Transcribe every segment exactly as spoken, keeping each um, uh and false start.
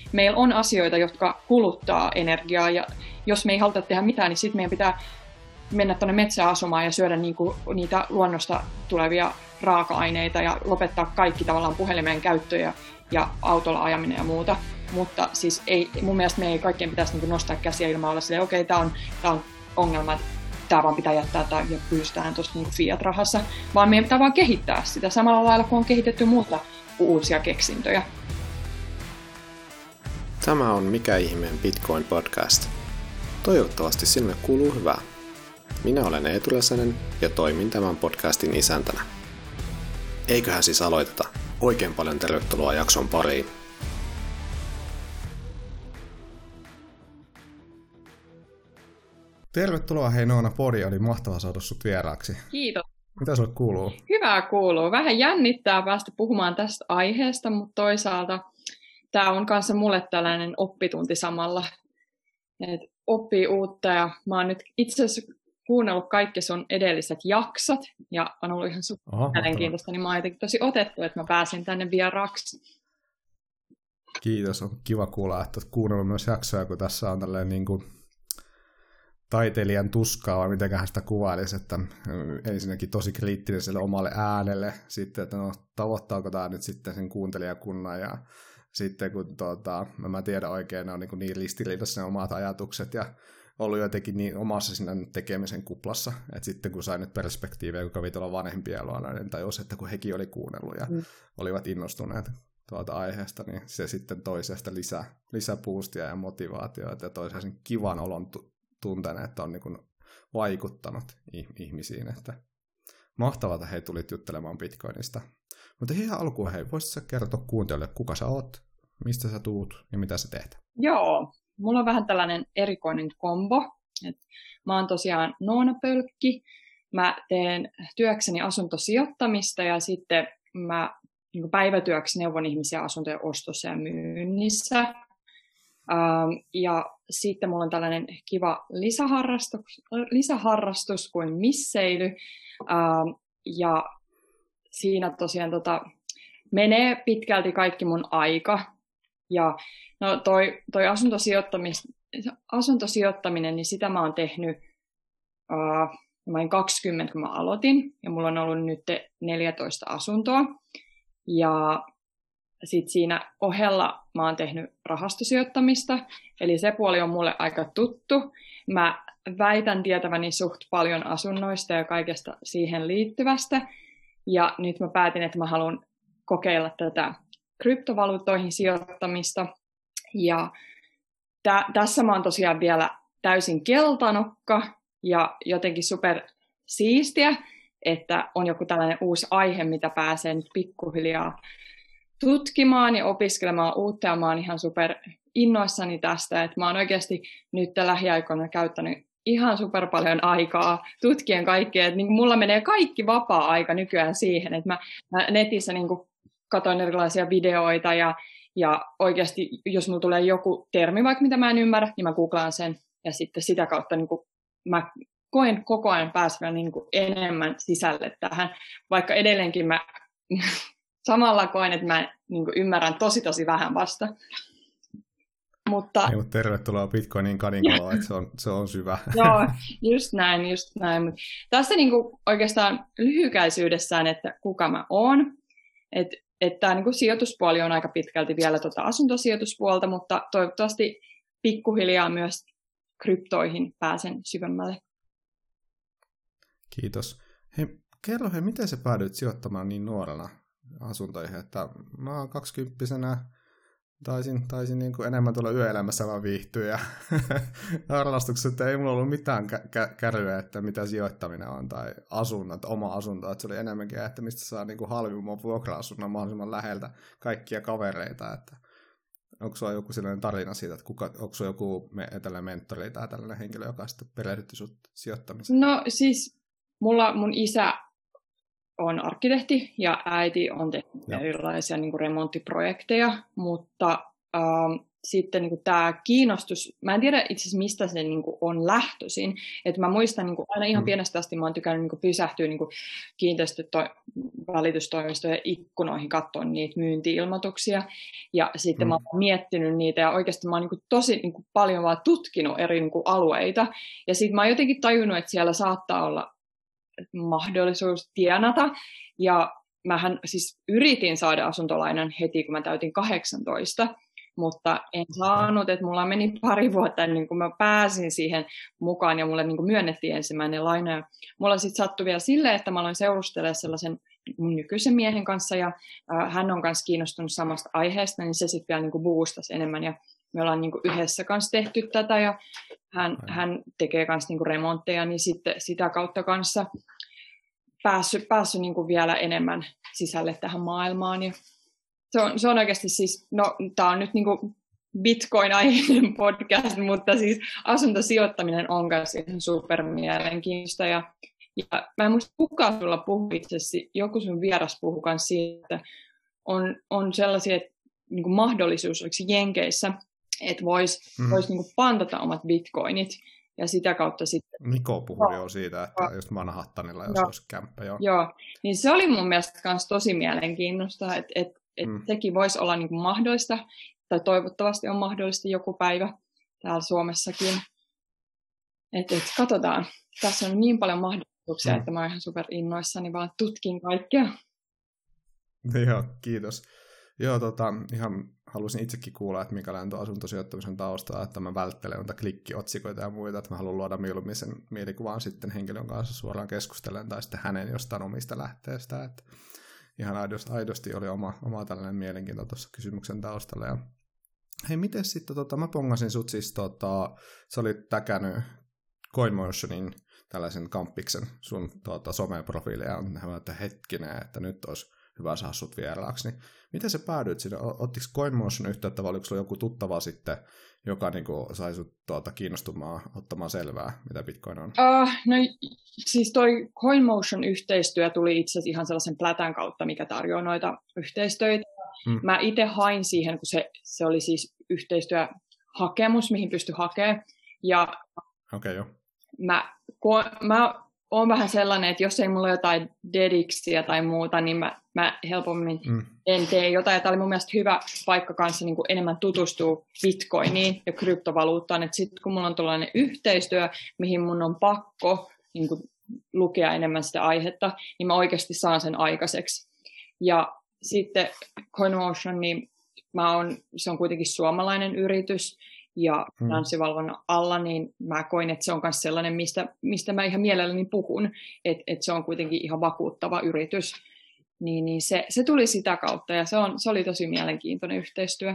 meillä on asioita, jotka kuluttaa energiaa, ja jos me ei haluta tehdä mitään, niin sitten meidän pitää mennä tuonne metsään asumaan ja syödä niinku niitä luonnosta tulevia raaka-aineita ja lopettaa kaikki tavallaan puhelimeen käyttö ja, ja autolla ajaminen ja muuta. Mutta siis ei, mun mielestä me ei kaikkien pitäisi niinku nostaa käsiä ilman olla silleen, okei, okay, tämä on, tää on ongelma, tämä vaan pitää jättää tää, ja pyystään tuossa niinku fiat-rahassa, vaan meidän pitää vaan kehittää sitä samalla lailla, kun on kehitetty muuta uusia keksintöjä. Tämä on Mikä ihmeen Bitcoin podcast. Toivottavasti sinulle kuuluu hyvää. Minä olen Eetu Räsänen ja toimin tämän podcastin isäntänä. Eiköhän siis aloiteta. Oikein paljon tervetuloa jakson pariin. Tervetuloa hei Noona Podi, oli mahtavaa saada sut vieraaksi. Kiitos. Mitä sulle kuuluu? Hyvää kuuluu. Vähän jännittää päästä puhumaan tästä aiheesta, mutta toisaalta tämä on kanssa mulle tällainen oppitunti samalla. Et oppii uutta ja mä oon nyt itse asiassa kuunnellut kaikki sun edelliset jaksot ja on ollut ihan super mielenkiintoista, niin mä oon jotenkin tosi otettu, että mä pääsin tänne vieraaksi. Kiitos, on kiva kuulla, että oot kuunnellut myös jaksoja, kun tässä on tällainen niin kuin taiteilijan tuskaa, vai mitenköhän sitä kuvailisi, että ensinnäkin tosi kriittinen sille omalle äänelle, sitten, että no tavoittaako tämä nyt sitten sen kuuntelijakunnan, ja sitten kun tuota, mä tiedän oikein, ne on niin, niin ristiriidassa ne omat ajatukset, ja ollut jotenkin niin omassa siinä tekemisen kuplassa, että sitten kun sain nyt perspektiiviä, kun kävi tuolla vanhempien luona, niin tajus, että kun hekin oli kuunnellut ja mm. olivat innostuneet tuolta aiheesta, niin se sitten toisesta lisää, lisäboostia ja motivaatiota ja toisaalta kivan olon tunteen, että on niin kuin vaikuttanut ihmisiin. Että mahtavaa, että hei tulit juttelemaan Bitcoinista. Mutta ihan alkuun hei, voisitko kertoa kuuntelijoille, kuka sä oot, mistä sä tuut ja mitä sä teet? Joo, mulla on vähän tällainen erikoinen kombo. Et mä oon tosiaan Noona Pölkki. Mä teen työkseni asuntosijoittamista ja sitten mä niin päivätyöksi neuvon ihmisiä asuntojen ostossa ja myynnissä. Ähm, ja sitten mulla on tällainen kiva lisäharrastus, lisäharrastus kuin misseily. Ähm, ja siinä tosiaan tota, menee pitkälti kaikki mun aika. Ja no toi, toi asuntosijoittaminen, niin sitä mä oon tehnyt uh, vain kaksikymmentä, kun mä aloitin. Ja mulla on ollut nyt neljätoista asuntoa. Ja sitten siinä ohella mä oon tehnyt rahastosijoittamista. Eli se puoli on mulle aika tuttu. Mä väitän tietäväni suht paljon asunnoista ja kaikesta siihen liittyvästä. Ja nyt mä päätin, että mä haluan kokeilla tätä kryptovaluuttoihin sijoittamista. Ja tä- tässä mä oon tosiaan vielä täysin keltanokka ja jotenkin super siistiä, että on joku tällainen uusi aihe, mitä pääsee nyt pikkuhiljaa tutkimaan ja opiskelemaan uutta. Ja mä oon ihan super innoissani tästä, että mä oon oikeasti nyt lähiaikoina käyttänyt ihan super paljon aikaa tutkien kaikkea. Että niin mulla menee kaikki vapaa-aika nykyään siihen, että mä, mä netissä niin katsoin erilaisia videoita ja, ja oikeasti, jos mulla tulee joku termi, vaikka mitä mä en ymmärrä, niin mä googlaan sen ja sitten sitä kautta niin kuin, mä koen koko ajan pääsevän niin kuin enemmän sisälle tähän, vaikka edelleenkin mä samalla koen, että mä niin kuin ymmärrän tosi tosi vähän vasta. Mutta Ei, mutta tervetuloa Bitcoinin kaninkoloon, että se on, se on syvä. Joo, just näin, just näin. Mut tässä niin kuin oikeastaan lyhykäisyydessään, että kuka mä oon. Että et tämä niin sijoituspuoli on aika pitkälti vielä tuota asuntosijoituspuolta, mutta toivottavasti pikkuhiljaa myös kryptoihin pääsen syvemmälle. Kiitos. Hei, kerro hei, miten sä päädyit sijoittamaan niin nuorena asuntoihin? Että mä oon kaksikymppisenä, taisin, taisin niin kuin enemmän tuolla yöelämässä vaan viihtyä ja harrastuksessa, että ei mulla ollut mitään kä- kä- käryä, että mitä sijoittaminen on tai asunnot, oma asunto, että se oli enemmänkin, että mistä saa niin kuin halvimman vuokra-asunnon mahdollisimman läheltä kaikkia kavereita, että onko sulla joku sellainen tarina siitä, että kuka, onko sulla joku me, tällainen mentori tai tällainen henkilö, joka on sitten perehdytty sut sijoittamiseen? No siis mulla mun isä on arkkitehti ja äiti on tehnyt Joo. erilaisia niin kuin remonttiprojekteja, mutta ähm, sitten niin kuin tämä kiinnostus, mä en tiedä itse asiassa mistä se niin kuin on lähtöisin, että mä muistan niin kuin aina ihan mm. pienestä asti mä oon tykännyt niin kuin pysähtyä niin kuin kiinteistövälitystoimistojen ikkunoihin katsomaan niitä myynti-ilmoituksia, ja sitten mm. mä oon miettinyt niitä, ja oikeasti mä oon niin kuin tosi niin kuin paljon vaan tutkinut eri niin kuin alueita, ja sitten mä oon jotenkin tajunnut, että siellä saattaa olla mahdollisuus tienata, ja mähän siis yritin saada asuntolainan heti, kun mä täytin kahdeksantoista, mutta en saanut, että mulla meni pari vuotta ennen kuin mä pääsin siihen mukaan, ja mulle niin kuin myönnettiin ensimmäinen laina, ja mulla sitten sattui vielä silleen, että mä aloin seurustella sellaisen mun nykyisen miehen kanssa, ja äh, hän on kanssa kiinnostunut samasta aiheesta, niin se sitten vielä niin kuin boostasi enemmän, ja me ollaan niin kuin yhdessä kanssa tehty tätä, ja hän, hän tekee kanssa niin kuin remontteja, niin sitten sitä kautta kanssa päässyt, päässyt niin kuin vielä enemmän sisälle tähän maailmaan. Ja se, on, se on oikeasti siis, no tämä on nyt niin kuin Bitcoin-aiheinen podcast, mutta siis asuntosijoittaminen on myös ihan supermielenkiintoista. Ja, ja mä en muista kukaan sulla puhui itse asiassa, joku sun vieras puhui myös siitä, että on, on sellaisia, että niin kuin mahdollisuus, oliko se Jenkeissä, että voisi mm. vois niin kuin pantata omat bitcoinit. Ja sitä kautta sitten... Niko puhui jo siitä, että just Manhattanilla, jos olisi kämppä. Joo. joo, niin se oli mun mielestä myös tosi mielenkiintoista, että et, et mm. sekin voisi olla niin kuin mahdollista, tai toivottavasti on mahdollista joku päivä täällä Suomessakin. Että et, katsotaan, tässä on niin paljon mahdollisuuksia, mm. että mä oon ihan super innoissani, vaan tutkin kaikkea. Joo, kiitos. Joo, tota, ihan halusin itsekin kuulla, että minkälainen tuo asuntosijoittamisen taustalla, että mä välttelen noita klikkiotsikoita ja muita, että mä haluan luoda mieluummin sen mielikuvan sitten henkilön kanssa suoraan keskustellen tai sitten hänen jostain omista lähteestä, että ihan aidosti, aidosti oli oma, oma tällainen mielenkiinto tuossa kysymyksen taustalla. Ja hei, miten sitten, tota, mä pongasin sut siis, tota, sä olit täkännyt CoinMotionin tällaisen kamppiksen sun tota, someprofiilia, ja on että hetkinen, että nyt olisi hyvä saada sut vieraaksi. Niin miten sä päädyit sinne? Ottiko CoinMotion yhteyttä vai oliko sulla joku tuttava sitten, joka niinku sai sut tuota, kiinnostumaan, ottamaan selvää, mitä Bitcoin on? Uh, no siis toi CoinMotion-yhteistyö tuli itse asiassa ihan sellaisen plätän kautta, mikä tarjoaa noita yhteistyötä. Hmm. Mä itse hain siihen, kun se, se oli siis yhteistyöhakemus, mihin pystyi hakemaan. Ja okay, jo. mä, kun, mä oon vähän sellainen, että jos ei mulla ole jotain dediksiä tai muuta, niin mä, mä helpommin mm. en tee jotain. Ja tämä oli mun mielestä hyvä paikka kanssa niin kuin enemmän tutustua bitcoiniin ja kryptovaluuttaan. Että sitten kun mulla on tällainen yhteistyö, mihin mun on pakko niin kuin lukea enemmän sitä aihetta, niin mä oikeasti saan sen aikaiseksi. Ja sitten CoinMotion, niin mä oon, se on kuitenkin suomalainen yritys, ja finanssivalvonnan alla, niin mä koin, että se on myös sellainen, mistä, mistä mä ihan mielelläni puhun, että, että se on kuitenkin ihan vakuuttava yritys. Niin, niin se, se tuli sitä kautta, ja se, on, se oli tosi mielenkiintoinen yhteistyö.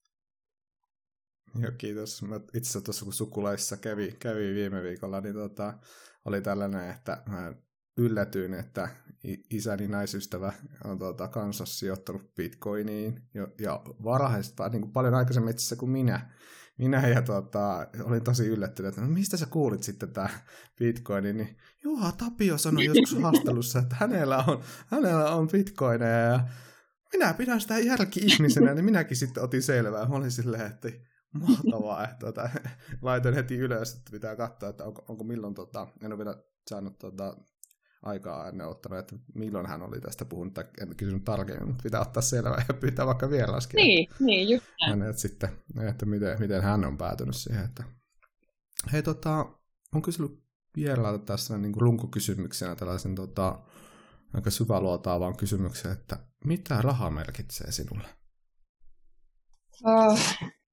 Joo, kiitos. Mä itse asiassa tuossa, kun sukulaissa kävi, kävi viime viikolla, niin tota, oli tällainen, että mä yllätyin, että isäni naisystävä on tuota, kanssa sijoittanut bitcoiniin, ja, ja varhaista, niin kuin paljon aikaisemmin itse asiassa kuin minä. Minä ja tuota, olin tosi yllättynyt, että no, mistä sä kuulit sitten tämä Bitcoini, niin Juha Tapio sanoi joskus haastattelussa, että hänellä on, hänellä on Bitcoineja ja minä pidän sitä jälki-ihmisenä, niin minäkin sitten otin selvää. Mä olin silleen, että mahtavaa, että tuota, laitoin heti ylös, että pitää katsoa, että onko, onko milloin, tota, en ole vielä saanut tota, aikaa ennen ottanut, että milloin hän oli tästä puhunut, tai en kysynyt tarkemmin, mutta pitää ottaa selvää ja pyytää vaikka vieraskin. Niin, niin just näin. Hänet sitten, että miten, miten hän on päätynyt siihen. Että... Hei, tota, on kysynyt vierailta tässä niin kuin runkokysymyksenä tällaisen tota, aika syväluotaavan kysymyksen, että mitä raha merkitsee sinulle? Uh,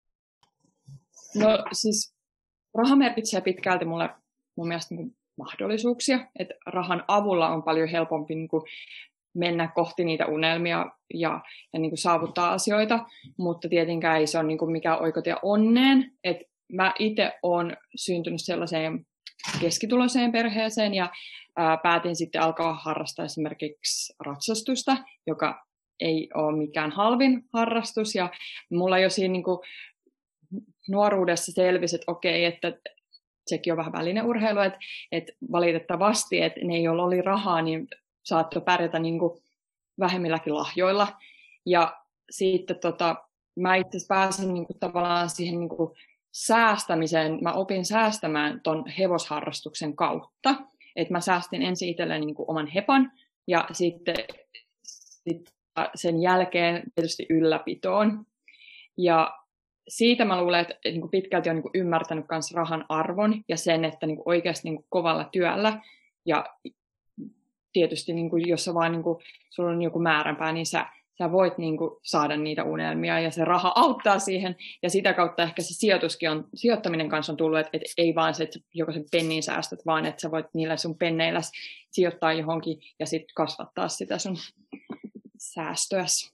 no siis raha merkitsee pitkälti mulle mun mielestä niin mahdollisuuksia, että rahan avulla on paljon helpompi niin kuin mennä kohti niitä unelmia ja, ja niin kuin saavuttaa asioita, mutta tietenkään ei se ole niin kuin mikään oikotie onneen. Et mä itse olen syntynyt sellaiseen keskituloiseen perheeseen ja ää, päätin sitten alkaa harrastaa esimerkiksi ratsastusta, joka ei ole mikään halvin harrastus, ja mulla jo siinä niin kuin nuoruudessa selvisi, että okei, että sekin on vähän välineurheilu, että, että valitettavasti, että ne, joilla oli rahaa, niin saattoi pärjätä niin kuin vähemmilläkin lahjoilla. Ja sitten tota, mä itse asiassa pääsin niin kuin, tavallaan siihen niin kuin, säästämiseen. Mä opin säästämään ton hevosharrastuksen kautta. Että mä säästin ensin itselleni niin kuin, oman hepan ja sitten sit sen jälkeen tietysti ylläpitoon. Ja siitä mä luulen, että niin kuin, pitkälti on niin kuin, ymmärtänyt myös rahan arvon ja sen, että niin kuin, oikeasti niin kuin, kovalla työllä ja tietysti niin kuin, jos sä vaan niin kuin, sulla on joku määränpää, niin sä sä voit niin kuin, saada niitä unelmia ja se raha auttaa siihen ja sitä kautta ehkä se sijoituskin on, sijoittaminen kanssa on tullut, että, että ei vaan se, että joko sen pennin säästät, vaan että sä voit niillä sun penneillä sijoittaa johonkin ja sitten kasvattaa sitä sun säästöäsi.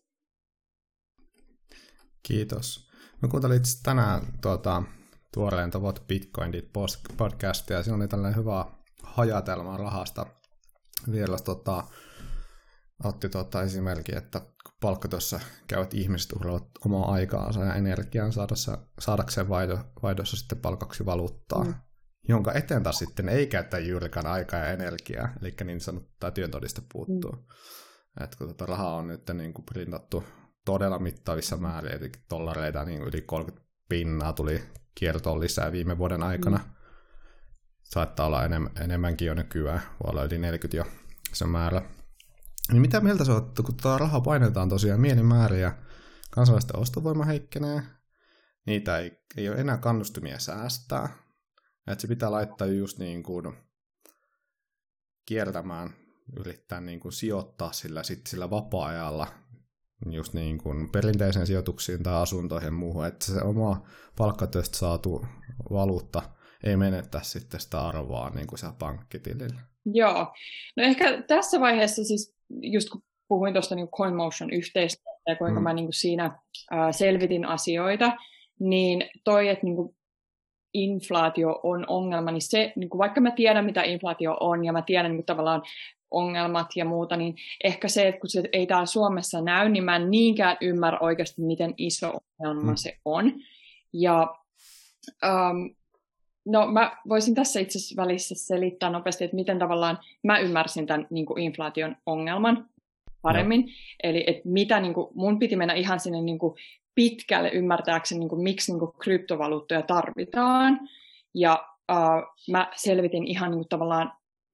Kiitos. Mä kuuntelin itse tänään tuota, tuoreen What Bitcoin Did podcastia ja siinä oli tällainen hyvä hajatelma rahasta. Vielä tota, otti tota esimerkki, että palkkatossa käyvät ihmiset uhraavat omaa aikaansa ja energiaan saadakseen vaihdo, vaihdossa sitten palkaksi valuuttaa, mm. jonka eteen taas sitten ei käytä juurikaan aikaa ja energiaa, eli niin sanottu työntodiste puuttuu. Mm. Että kun tota rahaa on nyt niin kuin printattu todella mittavissa määrin, eli dollareita niin yli kolmekymmentä pinnaa tuli kiertoon lisää viime vuoden aikana. Mm. Saattaa olla enem, enemmänkin jo nykyään, voi olla yli neljäkymmentä jo se määrä. Niin mitä mieltä sä oot, kun tuota rahaa painetaan tosiaan mielimäärin ja kansalaisten ostovoima heikkenee, niitä ei, ei ole enää kannustumia säästää, että se pitää laittaa just niin kuin kiertämään, yrittää niin kuin sijoittaa sillä, sit sillä vapaa-ajalla just niin kuin perinteisen sijoituksiin tai asuntoihin ja muuhun, että se oma palkkatyöstä saatu valuutta ei menetä sitten sitä arvoa niin kuin siellä pankkitilillä. Joo, no ehkä tässä vaiheessa siis just kun puhuin tuosta niin CoinMotion-yhteistyöstä ja kuinka mm. mä niin kuin siinä ää, selvitin asioita, niin toi, että niin kuin inflaatio on ongelma, niin se, niin kuin vaikka mä tiedän, mitä inflaatio on ja mä tiedän niin kuin tavallaan ongelmat ja muuta, niin ehkä se, että kun se ei täällä Suomessa näy, niin mä en niinkään ymmärrä oikeasti, miten iso ongelma mm. se on. Ja um, no mä voisin tässä itse asiassa välissä selittää nopeasti, että miten tavallaan mä ymmärsin tämän niin kuin inflaation ongelman paremmin. No. Eli että mitä niin kuin, mun piti mennä ihan sinne niin kuin pitkälle ymmärtääkseni, niin kuin, miksi niin kuin kryptovaluuttoja tarvitaan. Ja uh, mä selvitin ihan niin kuin, tavallaan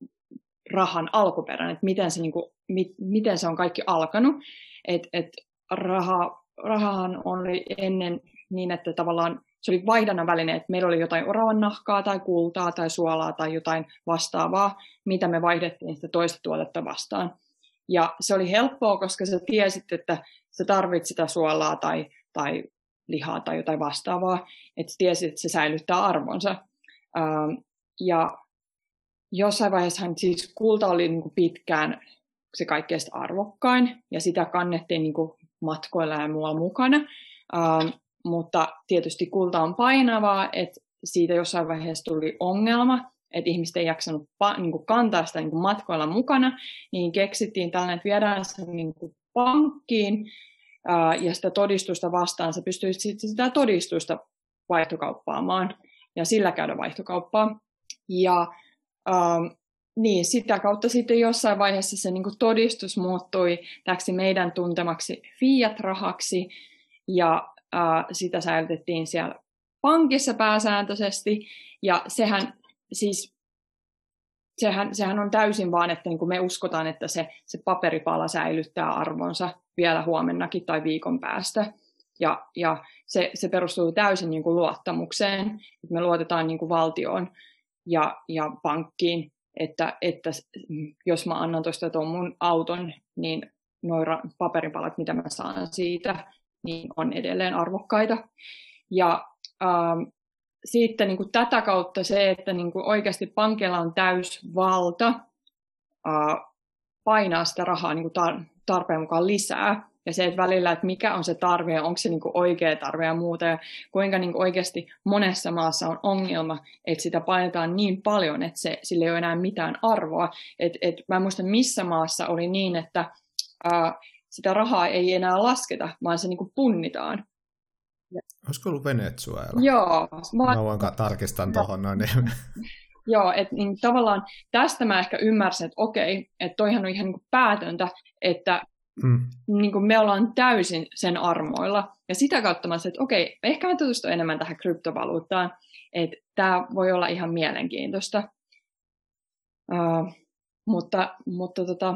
rahan alkuperän, että miten se, niin kuin, mit, miten se on kaikki alkanut. Että et raha, rahahan oli ennen niin, että tavallaan se oli vaihdannan väline, että meillä oli jotain oravan nahkaa tai kultaa tai suolaa tai jotain vastaavaa, mitä me vaihdettiin sitä toista tuotetta vastaan. Ja se oli helppoa, koska sä tiesit, että sä tarvitset sitä suolaa tai, tai lihaa tai jotain vastaavaa, että sä tiesit, että se säilyttää arvonsa. Ähm, ja jossain vaiheessahan siis kulta oli niin kuin pitkään se kaikkein arvokkain, ja sitä kannettiin niin kuin matkoilla ja muualla mukana. Ähm, Mutta tietysti kulta on painavaa, että siitä jossain vaiheessa tuli ongelma, että ihmiset ei jaksanut pa- niin kuin kantaa sitä niin kuin matkoilla mukana, niin keksittiin tällainen, että viedään se niin kuin pankkiin ää, ja sitä todistusta vastaan. Sä pystyisit sitten sitä todistusta vaihtokauppaamaan ja sillä käydä vaihtokauppaa. Ja ää, niin, sitä kautta sitten jossain vaiheessa se niin kuin todistus muuttui täksi meidän tuntemaksi fiat-rahaksi ja Uh, sitä säilytettiin siellä pankissa pääsääntöisesti, ja sehän, siis, sehän, sehän on täysin vaan, että niin kuin me uskotaan, että se, se paperipala säilyttää arvonsa vielä huomennakin tai viikon päästä, ja, ja se, se perustuu täysin niin kuin luottamukseen, että me luotetaan niin kuin valtioon ja, ja pankkiin, että, että jos mä annan tuosta tuon mun auton, niin nuo paperipalat, mitä mä saan siitä, niin on edelleen arvokkaita. Ja ähm, sitten niin kuin tätä kautta se, että niin kuin oikeasti pankilla on täysvalta äh, painaa sitä rahaa niin kuin tar- tarpeen mukaan lisää. Ja se, että välillä, että mikä on se tarve ja onko se niin kuin oikea tarve ja muuta. Ja kuinka niin kuin oikeasti monessa maassa on ongelma, että sitä painetaan niin paljon, että se, sillä ei ole enää mitään arvoa. Et, et, mä en muista, missä maassa oli niin, että äh, sitä rahaa ei enää lasketa, vaan se niin kuin punnitaan. Olisiko ollut Venezuela? Joo. Mä, mä voin tarkistaa tuohon noin. Joo, että niin tavallaan tästä mä ehkä ymmärsin, että okei, että toihan on ihan niin kuin päätöntä, että mm. niin kuin me ollaan täysin sen armoilla. Ja sitä kautta mä sanoin, että okei, ehkä mä tutustun enemmän tähän kryptovaluuttaan, että tämä voi olla ihan mielenkiintoista. Uh, mutta mutta tota,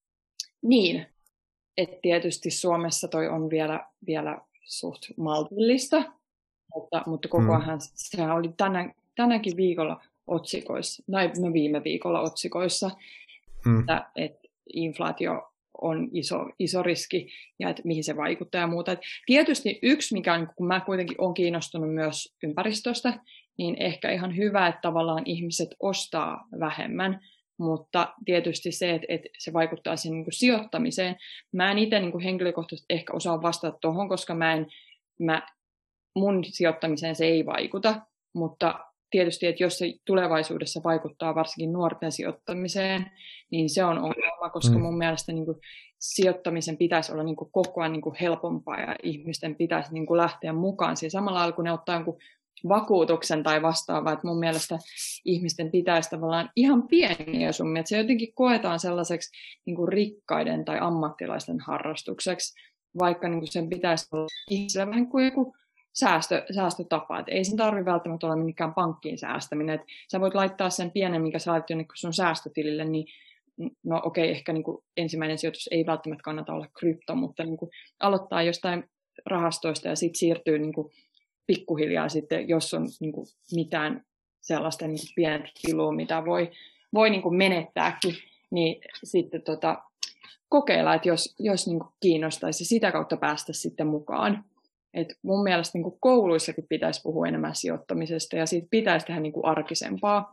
niin, että tietysti Suomessa toi on vielä, vielä suht maltillista, mutta, mutta koko ajan mm. sehän oli tänä, tänäkin viikolla otsikoissa, tai no viime viikolla otsikoissa, mm. että, että inflaatio on iso, iso riski ja että mihin se vaikuttaa ja muuta. Et tietysti yksi, mikä on, kun mä kuitenkin olen kiinnostunut myös ympäristöstä, niin ehkä ihan hyvä, että tavallaan ihmiset ostaa vähemmän, mutta tietysti se, että, että se vaikuttaa siihen niin kuin sijoittamiseen. Mä en itse niin kuin henkilökohtaisesti ehkä osaa vastata tuohon, koska mä en, mä, mun sijoittamiseen se ei vaikuta, mutta tietysti, että jos se tulevaisuudessa vaikuttaa varsinkin nuorten sijoittamiseen, niin se on ongelma, koska mm. mun mielestä niin kuin sijoittamisen pitäisi olla niin kuin koko ajan niin kuin helpompaa ja ihmisten pitäisi niin kuin lähteä mukaan. Siis samalla lailla, kun ne ottaa jonkun vakuutuksen tai vastaavaa, että mun mielestä ihmisten pitäisi tavallaan ihan pieniä summia, että se jotenkin koetaan sellaiseksi niin kuin rikkaiden tai ammattilaisten harrastukseksi, vaikka niin kuin sen pitäisi olla ihmisellä vähän kuin joku Säästö, säästötapa. Et ei sen tarvitse välttämättä olla mikään pankkiin säästäminen. Et sä voit laittaa sen pienen, minkä sä laitat jonnekin sun säästötilille, niin no okei, okay, ehkä niinku ensimmäinen sijoitus ei välttämättä kannata olla krypto, mutta niinku aloittaa jostain rahastoista ja sitten siirtyy niinku pikkuhiljaa sitten, jos on niinku mitään sellaista niinku pientä kilua, mitä voi, voi niinku menettääkin, niin sitten tota, kokeilla, että jos, jos niinku kiinnostaisi sitä kautta päästä sitten mukaan. Et mun mielestä niin kuin kouluissakin pitäisi puhua enemmän sijoittamisesta ja siitä pitäisi tehdä niin kuin arkisempaa.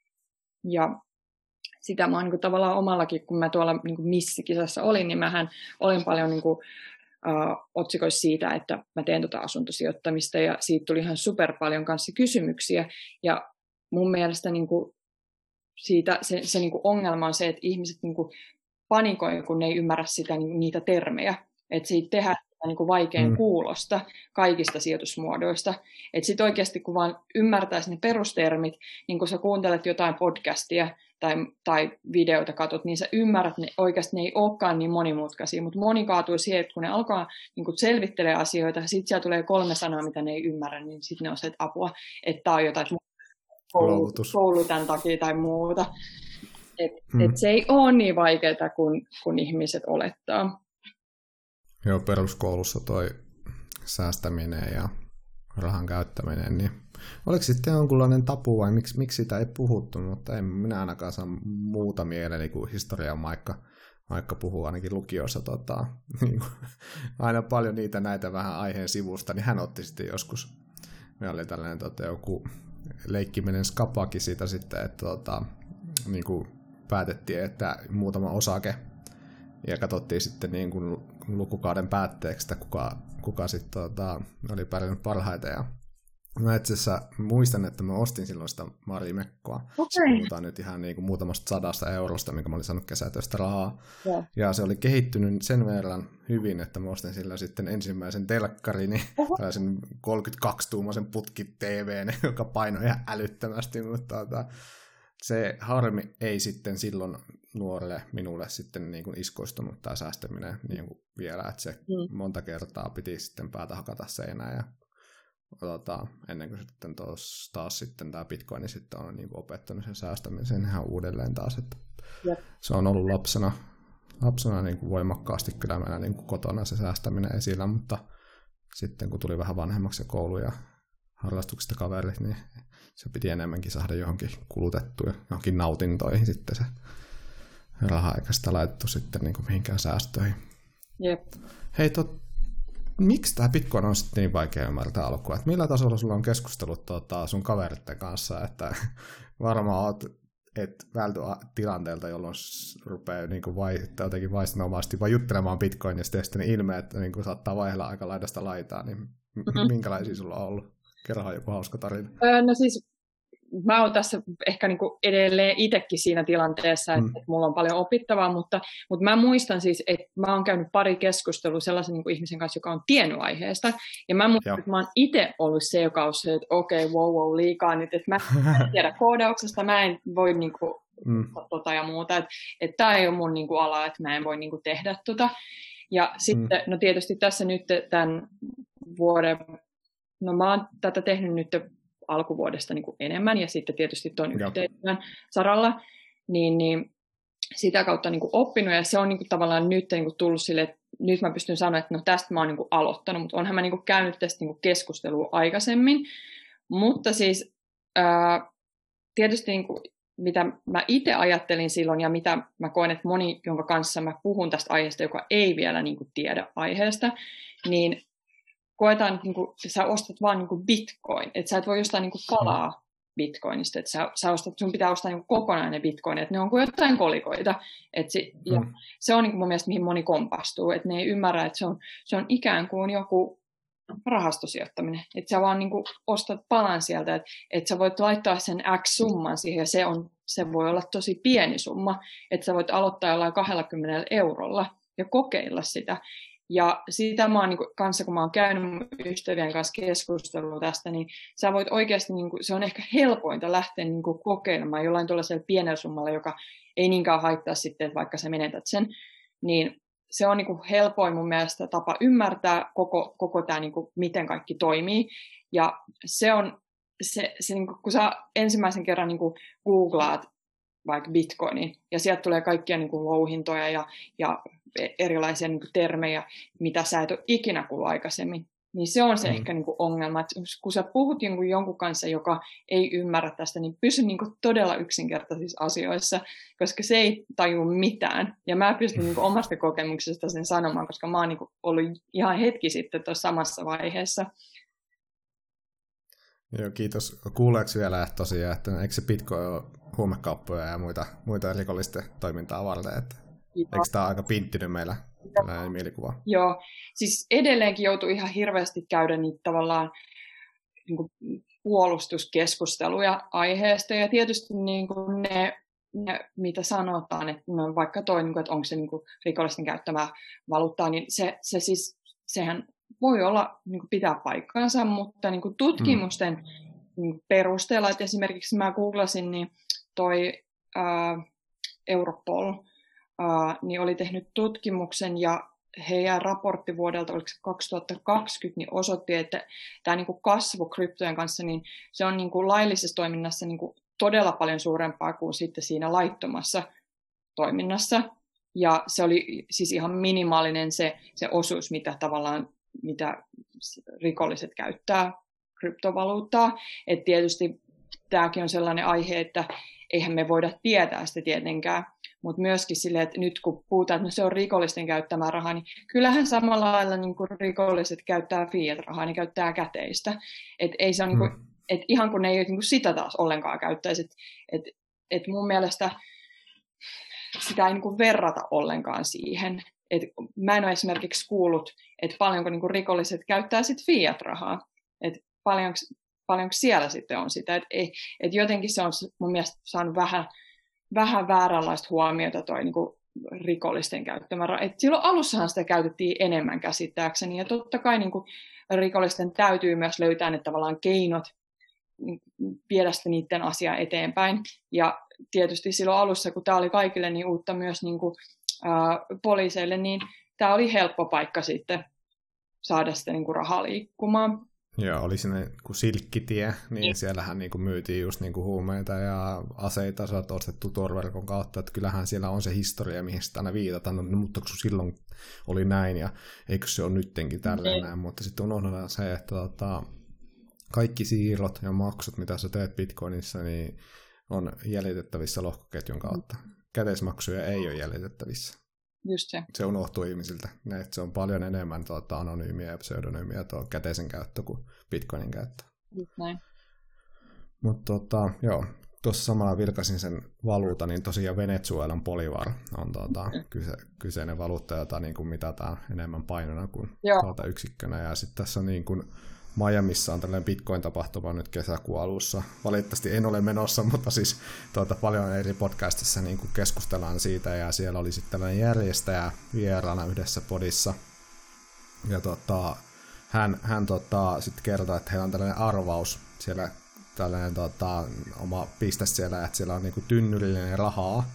Ja sitä mä oon niin kuin tavallaan omallakin, kun mä tuolla niin kuin missikisassa olin, niin mähän olin paljon niin kuin, uh, otsikoissa siitä, että mä teen tuota asuntosijoittamista ja siitä tuli ihan super paljon kanssa kysymyksiä. Ja mun mielestä niin kuin siitä, se, se niin kuin ongelma on se, että ihmiset niin kuin panikoi, kun ne ei ymmärrä sitä, niin, niitä termejä. Että siitä tehdään niin kuin vaikean mm. kuulosta kaikista sijoitusmuodoista. Että sitten oikeasti, kun vaan ymmärtäisi ne perustermit, niin kun sä kuuntelet jotain podcastia tai, tai videoita katot, niin sä ymmärrät, että oikeasti ne ei olekaan niin monimutkaisia, mutta moni kaatuu siihen, että kun ne alkaa niin kun selvittelee asioita, ja sitten siellä tulee kolme sanaa, mitä ne ei ymmärrä, niin sitten ne on se, että apua, että tämä on jotain koulu, koulu tämän takia tai muuta. Että mm. et se ei ole niin vaikeaa, kun, kun ihmiset olettaa. Joo, peruskoulussa toi säästäminen ja rahan käyttäminen, niin oliko sitten jonkunlainen tabu vai miksi, miksi sitä ei puhuttu, mutta en minä ainakaan saa muuta mieleeni kuin historian maikka, maikka puhuu ainakin lukiossa tota, niin aina paljon niitä näitä vähän aiheen sivusta, niin hän otti sitten joskus, me oli tällainen tota, joku leikkiminen skapaki siitä sitten, että tota, niin kuin päätettiin, että muutama osake ja katsottiin sitten niin kuin lukukauden päätteeksi, että kuka, kuka sitten tota, oli pärjännyt parhaiten. Ja mä itse asiassa muistan, että mä ostin silloin sitä Marimekkoa. Okay. Puhutaan nyt ihan niin kuin muutamasta sadasta eurosta, minkä mä olin saanut kesätöistä rahaa. Yeah. Ja se oli kehittynyt sen verran hyvin, että mä ostin sillä sitten ensimmäisen telkkarini, uh-huh. tai sen kolmekymmentäkaksi-tuumaisen putki-T V:n, joka painoi ihan älyttömästi, mutta tota, se harmi ei sitten silloin nuorelle minulle sitten niin kuin iskoistunut tämä säästäminen niin kuin vielä, että se mm. monta kertaa piti sitten päätä hakata seinään ja tota, ennen kuin sitten tos, taas sitten tämä Bitcoin niin sitten on niin kuin opettanut sen säästämisen ihan uudelleen taas, että yep. se on ollut lapsena, lapsena niin kuin voimakkaasti kyllä meillä niin kuin kotona se säästäminen esillä, mutta sitten kun tuli vähän vanhemmaksi se koulu ja harrastuksista kaverit, niin se piti enemmänkin saada johonkin kulutettua, johonkin nautintoihin sitten se raha, eikä sitä laitettu sitten niin kuin mihinkään säästöihin. Jep. Hei, tot, miksi tämä Bitcoin on sitten niin vaikea ymmärtää alkuun? Että millä tasolla sulla on keskustellut tuota, sun kaveritten kanssa, että varmaan oot et välty tilanteelta, jolloin rupeaa niin kuin vai, jotenkin vaistinomaisesti vai juttelemaan Bitcoinista ja sitten ne ilmeet niin kuin saattaa vaihella aika laidasta laitaa, niin mm-hmm. minkälaisia sulla on ollut? Kerrohan joku hauska tarina. Öö, no siis mä oon tässä ehkä niinku edelleen itsekin siinä tilanteessa, että mm. mulla on paljon opittavaa, mutta, mutta mä muistan siis, että mä oon käynyt pari keskustelua sellaisen niinku ihmisen kanssa, joka on tiennyt aiheesta, ja mä muistan, Joo. että mä oon itse ollut se, joka on se, että okei, okay, wow, wow, liikaa nyt, että mä en tiedä koodauksesta, mä en voi niinku mm. tota ja muuta, että, että tää ei ole mun niinku ala, että mä en voi niinku tehdä tota, Ja sitten, mm. no tietysti tässä nyt tämän vuoden, no mä oon tätä tehnyt nyt alkuvuodesta niin kuin enemmän, ja sitten tietysti tuon yhteistyön saralla, niin, niin sitä kautta niin kuin oppinut, ja se on niin kuin tavallaan nyt niin kuin tullut sille, että nyt mä pystyn sanoa, että no tästä mä oon niin kuin aloittanut, mutta onhan mä niin kuin käynyt tästä niin kuin keskustelua aikaisemmin, mutta siis ää, tietysti niin kuin, mitä mä itse ajattelin silloin, ja mitä mä koen, että moni, jonka kanssa mä puhun tästä aiheesta, joka ei vielä niin kuin tiedä aiheesta, niin koetaan, että niin kuin, sä ostat vaan niin kuin bitcoin, että sä et voi jostain niin kuin palaa bitcoinista, että sä, sä ostat, sun pitää ostaa niin kuin kokonainen bitcoin, että ne on kuin jotain kolikoita, että se, ja mm. se on niin kuin mun mielestä, mihin moni kompastuu, että ne ei ymmärrä, että se on, se on ikään kuin joku rahastosijoittaminen, että sä vaan niin kuin ostat palan sieltä, että, että sä voit laittaa sen X-summan siihen, ja se, on, se voi olla tosi pieni summa, että sä voit aloittaa jollain kaksikymmentä eurolla ja kokeilla sitä. Ja sitä mä oon niin kuin, kanssa, kun mä oon käynyt mun ystävien kanssa keskustelua tästä, niin sä voit oikeasti, niin kuin, se on ehkä helpointa lähteä niin kuin, kokeilemaan jollain tuollaisella pienellä summalla, joka ei niinkään haittaa sitten, että vaikka sä menetät sen, niin se on niin kuin, helpoin mun mielestä tapa ymmärtää koko, koko tämä, niin kuin, miten kaikki toimii. Ja se on, se, se, niin kuin, kun sä ensimmäisen kerran niin kuin, googlaat vaikka bitcoinin, ja sieltä tulee kaikkia niin kuin, louhintoja ja, ja erilaisia niin kuin, termejä, mitä sä et ole ikinä kuullut aikaisemmin, niin se on se mm. ehkä niin kuin, ongelma, että kun sä puhut jonkun, jonkun kanssa, joka ei ymmärrä tästä, niin pysy niin kuin, todella yksinkertaisissa asioissa, koska se ei taju mitään, ja mä pystyn niin kuin, omasta kokemuksesta sen sanomaan, koska mä oon niin kuin, ollut ihan hetki sitten tuossa samassa vaiheessa. Joo, kiitos. Kuuleeko vielä että tosiaan, että eikö se bitcoin ole huumekauppoja ja muita, muita rikollisten toimintaa varten, että Joo. Eikö tämä aika pinttynyt meillä tällainen mielikuva? Joo, siis edelleenkin joutuu ihan hirveästi käydä niitä tavallaan niin kuin puolustuskeskusteluja aiheesta, ja tietysti niin kuin ne, ne, mitä sanotaan, että no vaikka toi, niin kuin, että onko se niin kuin rikollisten käyttämää valuuttaa, niin se, se siis, sehän voi olla, niin kuin pitää paikkaansa, mutta niin kuin tutkimusten mm. niin kuin perusteella, että esimerkiksi mä googlasin, niin toi ää, Europol, Uh, niin oli tehnyt tutkimuksen, ja heidän raportti vuodelta, oliko se kaksituhattakaksikymmentä, niin osoitti, että tämä niin kuin kasvu kryptojen kanssa, niin se on niin kuin laillisessa toiminnassa niin kuin todella paljon suurempaa kuin sitten siinä laittomassa toiminnassa. Ja se oli siis ihan minimaalinen se, se osuus, mitä tavallaan mitä rikolliset käyttää kryptovaluuttaa. Et tietysti tämäkin on sellainen aihe, että eihän me voida tietää sitä tietenkään. Mutta myöskin silleen, että nyt kun puhutaan, että no se on rikollisten käyttämää rahaa, niin kyllähän samalla lailla niin kuin rikolliset käyttää fiat-rahaa, ne käyttää käteistä. Että ei se on, mm. niin kuin, et ihan kun ne ei niin kuin sitä taas ollenkaan käyttäisi. Että et, et mun mielestä sitä ei niin kuin verrata ollenkaan siihen. Et mä en ole esimerkiksi kuullut, että paljonko niin kuin rikolliset käyttää sit fiat-rahaa. Että paljonko, paljonko siellä sitten on sitä. Että et jotenkin se on mun mielestä saanut vähän... vähän vääränlaista huomiota toi niin kuin rikollisten käyttämä raha. Et silloin alussahan sitä käytettiin enemmän käsittääkseni, ja totta kai niin kuin rikollisten täytyy myös löytää ne tavallaan keinot viedä sitä niiden asiaa eteenpäin. Ja tietysti silloin alussa, kun tämä oli kaikille niin uutta myös niin kuin, ää, poliiseille, niin tämä oli helppo paikka sitten saada sitä niin kuin rahaa liikkumaan. Joo, oli sinne kuin silkkitie, niin mm. siellähän niin kuin myytiin just niin kuin huumeita ja aseita, sä oot ostettu torverkon kautta, että kyllähän siellä on se historia, mihin sitä aina viitataan, no, mutta kun silloin oli näin, ja eikö se ole nyttenkin tälleen mm. näin, mutta sitten unohdetaan se, että tota, kaikki siirrot ja maksut, mitä sä teet Bitcoinissa, niin on jäljitettävissä lohkoketjun kautta. Mm. Käteismaksuja ei ole jäljitettävissä. Just se. Se unohtuu ihmisiltä. Ne, se on paljon enemmän tuota, anonyymiä ja pseudonyymiä tuo käteisen käyttö kuin Bitcoinin käyttö. Just näin. Mutta tota, joo, tuossa samalla vilkasin sen valuutan, niin tosiaan Venezuelan Bolivar on tuota, kyse, kyseinen valuutta, jota niin kuin mitataan enemmän painona kuin tuota yksikkönä. Ja sitten tässä on niin kuin Miamiissa on tällainen Bitcoin-tapahtuma nyt kesäkuun alussa. Valitettavasti en ole menossa, mutta siis tuota, paljon eri podcastissa niin kuin keskustellaan siitä, ja siellä oli sitten tällainen järjestäjä vieraana yhdessä podissa. Ja tota, hän, hän tota, sitten kertoi, että heillä on tällainen arvaus siellä, tällainen tota, oma piste siellä, että siellä on niin kuin tynnyrillinen rahaa,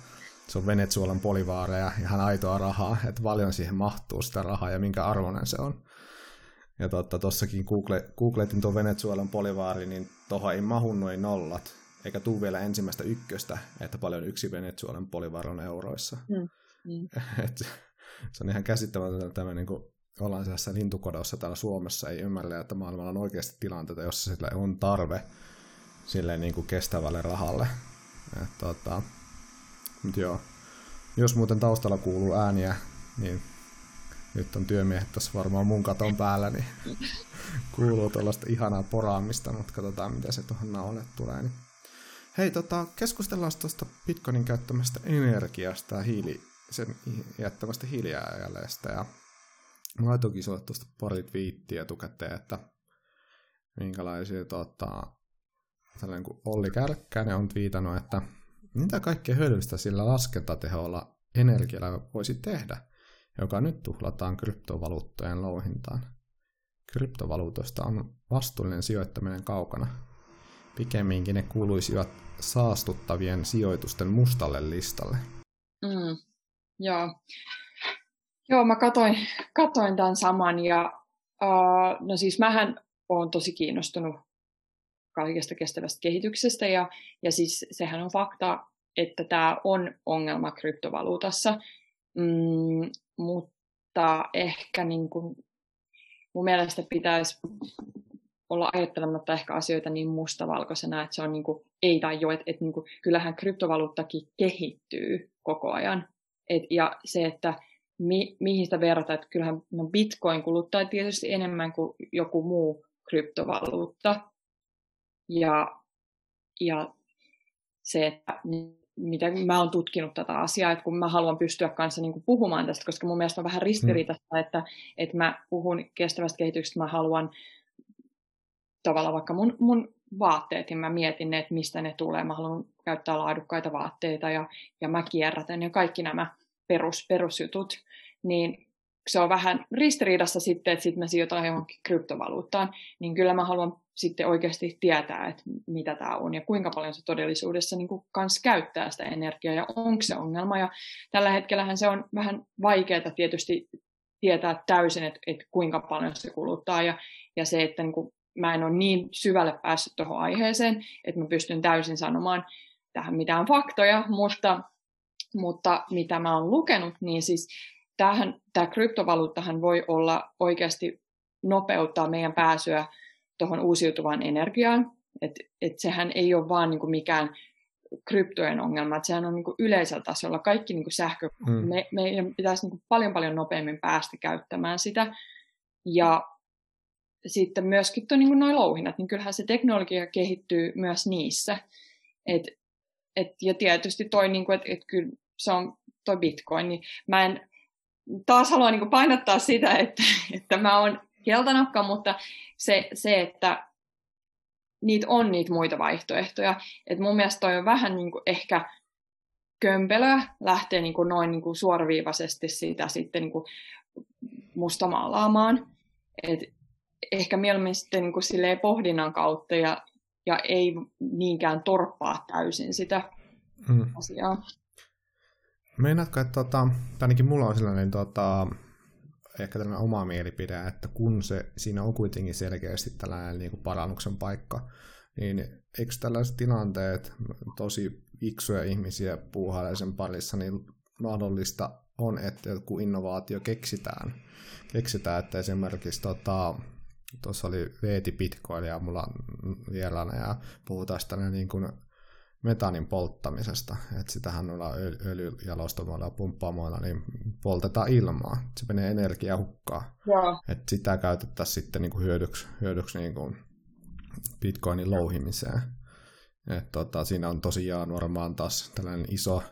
se on Venezuelan bolivaareja, ihan aitoa rahaa, että paljon siihen mahtuu sitä rahaa ja minkä arvoinen se on. Ja tuossakin Google, googletin tuon Venezuelan bolivaari, niin tuohon ei mahu noin nollat, eikä tule vielä ensimmäistä ykköstä, että paljon yksi Venezuelan bolivar on euroissa. Mm. Mm. Et, se on ihan käsittämätöntä, tämä niin kuin ollaan sellaisessa lintukodossa täällä Suomessa, ei ymmärrä, että maailmalla on oikeasti tilanteita, jossa sillä on tarve silleen niin kuin kestävälle rahalle. Et, tota, mut joo. Jos muuten taustalla kuuluu ääniä, niin nyt on työmiehet tässä varmaan mun katon päällä, niin kuuluu tuollaista ihanaa poraamista, mutta katsotaan, mitä se tuohon nauhalle tulee. Niin. Hei, tota, keskustellaan tuosta Bitcoinin käyttämästä energiasta ja hiili, sen jättämästä hiilijalanjäljestä. Ja mä laitoinkin sulle tuosta pari twiittiä etukäteen, että minkälaisia tota, tällainen kuin Olli Kärkkäinen on twiitannut, että mitä kaikkea hyödyllistä sillä laskentateholla energialla voisi tehdä, joka nyt tuhlataan kryptovaluuttojen louhintaan. Kryptovaluutoista on vastuullinen sijoittaminen kaukana. Pikemminkin ne kuuluisivat saastuttavien sijoitusten mustalle listalle. Mm, joo. Joo, mä katoin, katoin tämän saman ja uh, no siis mähän olen tosi kiinnostunut kaikesta kestävästä kehityksestä ja, ja siis sehän on fakta, että tämä on ongelma kryptovaluutassa, mm, mutta ehkä niin kuin, mun mielestä pitäisi olla ajattelematta ehkä asioita niin mustavalkoisena, että se on niin kuin, ei tai jo, että, että niin kuin, kyllähän kryptovaluuttakin kehittyy koko ajan. Et, ja se, että mi, mihin sitä verrataan, että kyllähän no Bitcoin kuluttaa tietysti enemmän kuin joku muu kryptovaluutta. Ja, ja se, että mitä mä oon tutkinut tätä asiaa, että kun mä haluan pystyä kanssa niin kuin puhumaan tästä, koska mun mielestä on vähän ristiriitaista, mm. että, että mä puhun kestävästä kehityksestä, mä haluan tavallaan vaikka mun, mun vaatteet, ja mä mietin ne, että mistä ne tulee, mä haluan käyttää laadukkaita vaatteita, ja, ja mä kierrätän, ja kaikki nämä perus, perusjutut, niin se on vähän ristiriidassa sitten, että sitten mä sijoitan johonkin kryptovaluuttaan, niin kyllä mä haluan sitten oikeasti tietää, että mitä tämä on ja kuinka paljon se todellisuudessa niin kuin kans käyttää sitä energiaa ja onko se ongelma. Ja tällä hetkellähän se on vähän vaikeaa tietysti tietää täysin, että, että kuinka paljon se kuluttaa ja, ja se, että niin kuin mä en ole niin syvälle päässyt tuohon aiheeseen, että mä pystyn täysin sanomaan tähän mitään faktoja, mutta, mutta mitä mä oon lukenut, niin siis tämähän, tämä kryptovaluuttahan voi olla oikeasti nopeuttaa meidän pääsyä tuohon uusiutuvaan energiaan, että et sehän ei ole vaan niinku mikään kryptojen ongelma, että sehän on niinku yleisellä tasolla kaikki niinku sähkö, hmm. me, meidän pitäisi niinku paljon paljon nopeammin päästä käyttämään sitä, ja sitten myöskin tuo niinku noi louhinnat, niin kyllähän se teknologia kehittyy myös niissä, et, et, ja tietysti toi, niinku, että et kyllä se on toi Bitcoin, niin mä en taas haluan niinku painottaa sitä, että, että mä oon keltanokka, mutta se, se, että niitä on niitä muita vaihtoehtoja. Et mun mielestä toi on vähän niinku ehkä kömpelöä lähteä niinku noin niinku suoraviivaisesti sitä sitten niinku mustamaalaamaan. Et ehkä mieluummin sitten niinku silleen pohdinnan kautta ja, ja ei niinkään torppaa täysin sitä hmm. asiaa. Meinaatko, että tota, ainakin mulla on sellainen tota, ehkä tällainen oma mielipide, että kun se, siinä on kuitenkin selkeästi tällainen niin kuin parannuksen paikka, niin eikö tällaiset tilanteet, tosi fiksuja ihmisiä puuhailee sen parissa, niin mahdollista on, että joku innovaatio keksitään. Keksitään, että esimerkiksi tota, tuossa oli Veeti Bitcoin ja mulla vieraana ja puhutaan tällainen niin kuin metaanin polttamisesta, että sitähän ollaan öljyjalostamoilla ja pumppaamoilla, niin poltetaan ilmaa. Se menee energiahukkaan. Että sitä käytettäisiin sitten niin kuin hyödyksi, hyödyksi niin kuin Bitcoinin louhimiseen. Et tota, siinä on tosiaan varmaan taas tällainen iso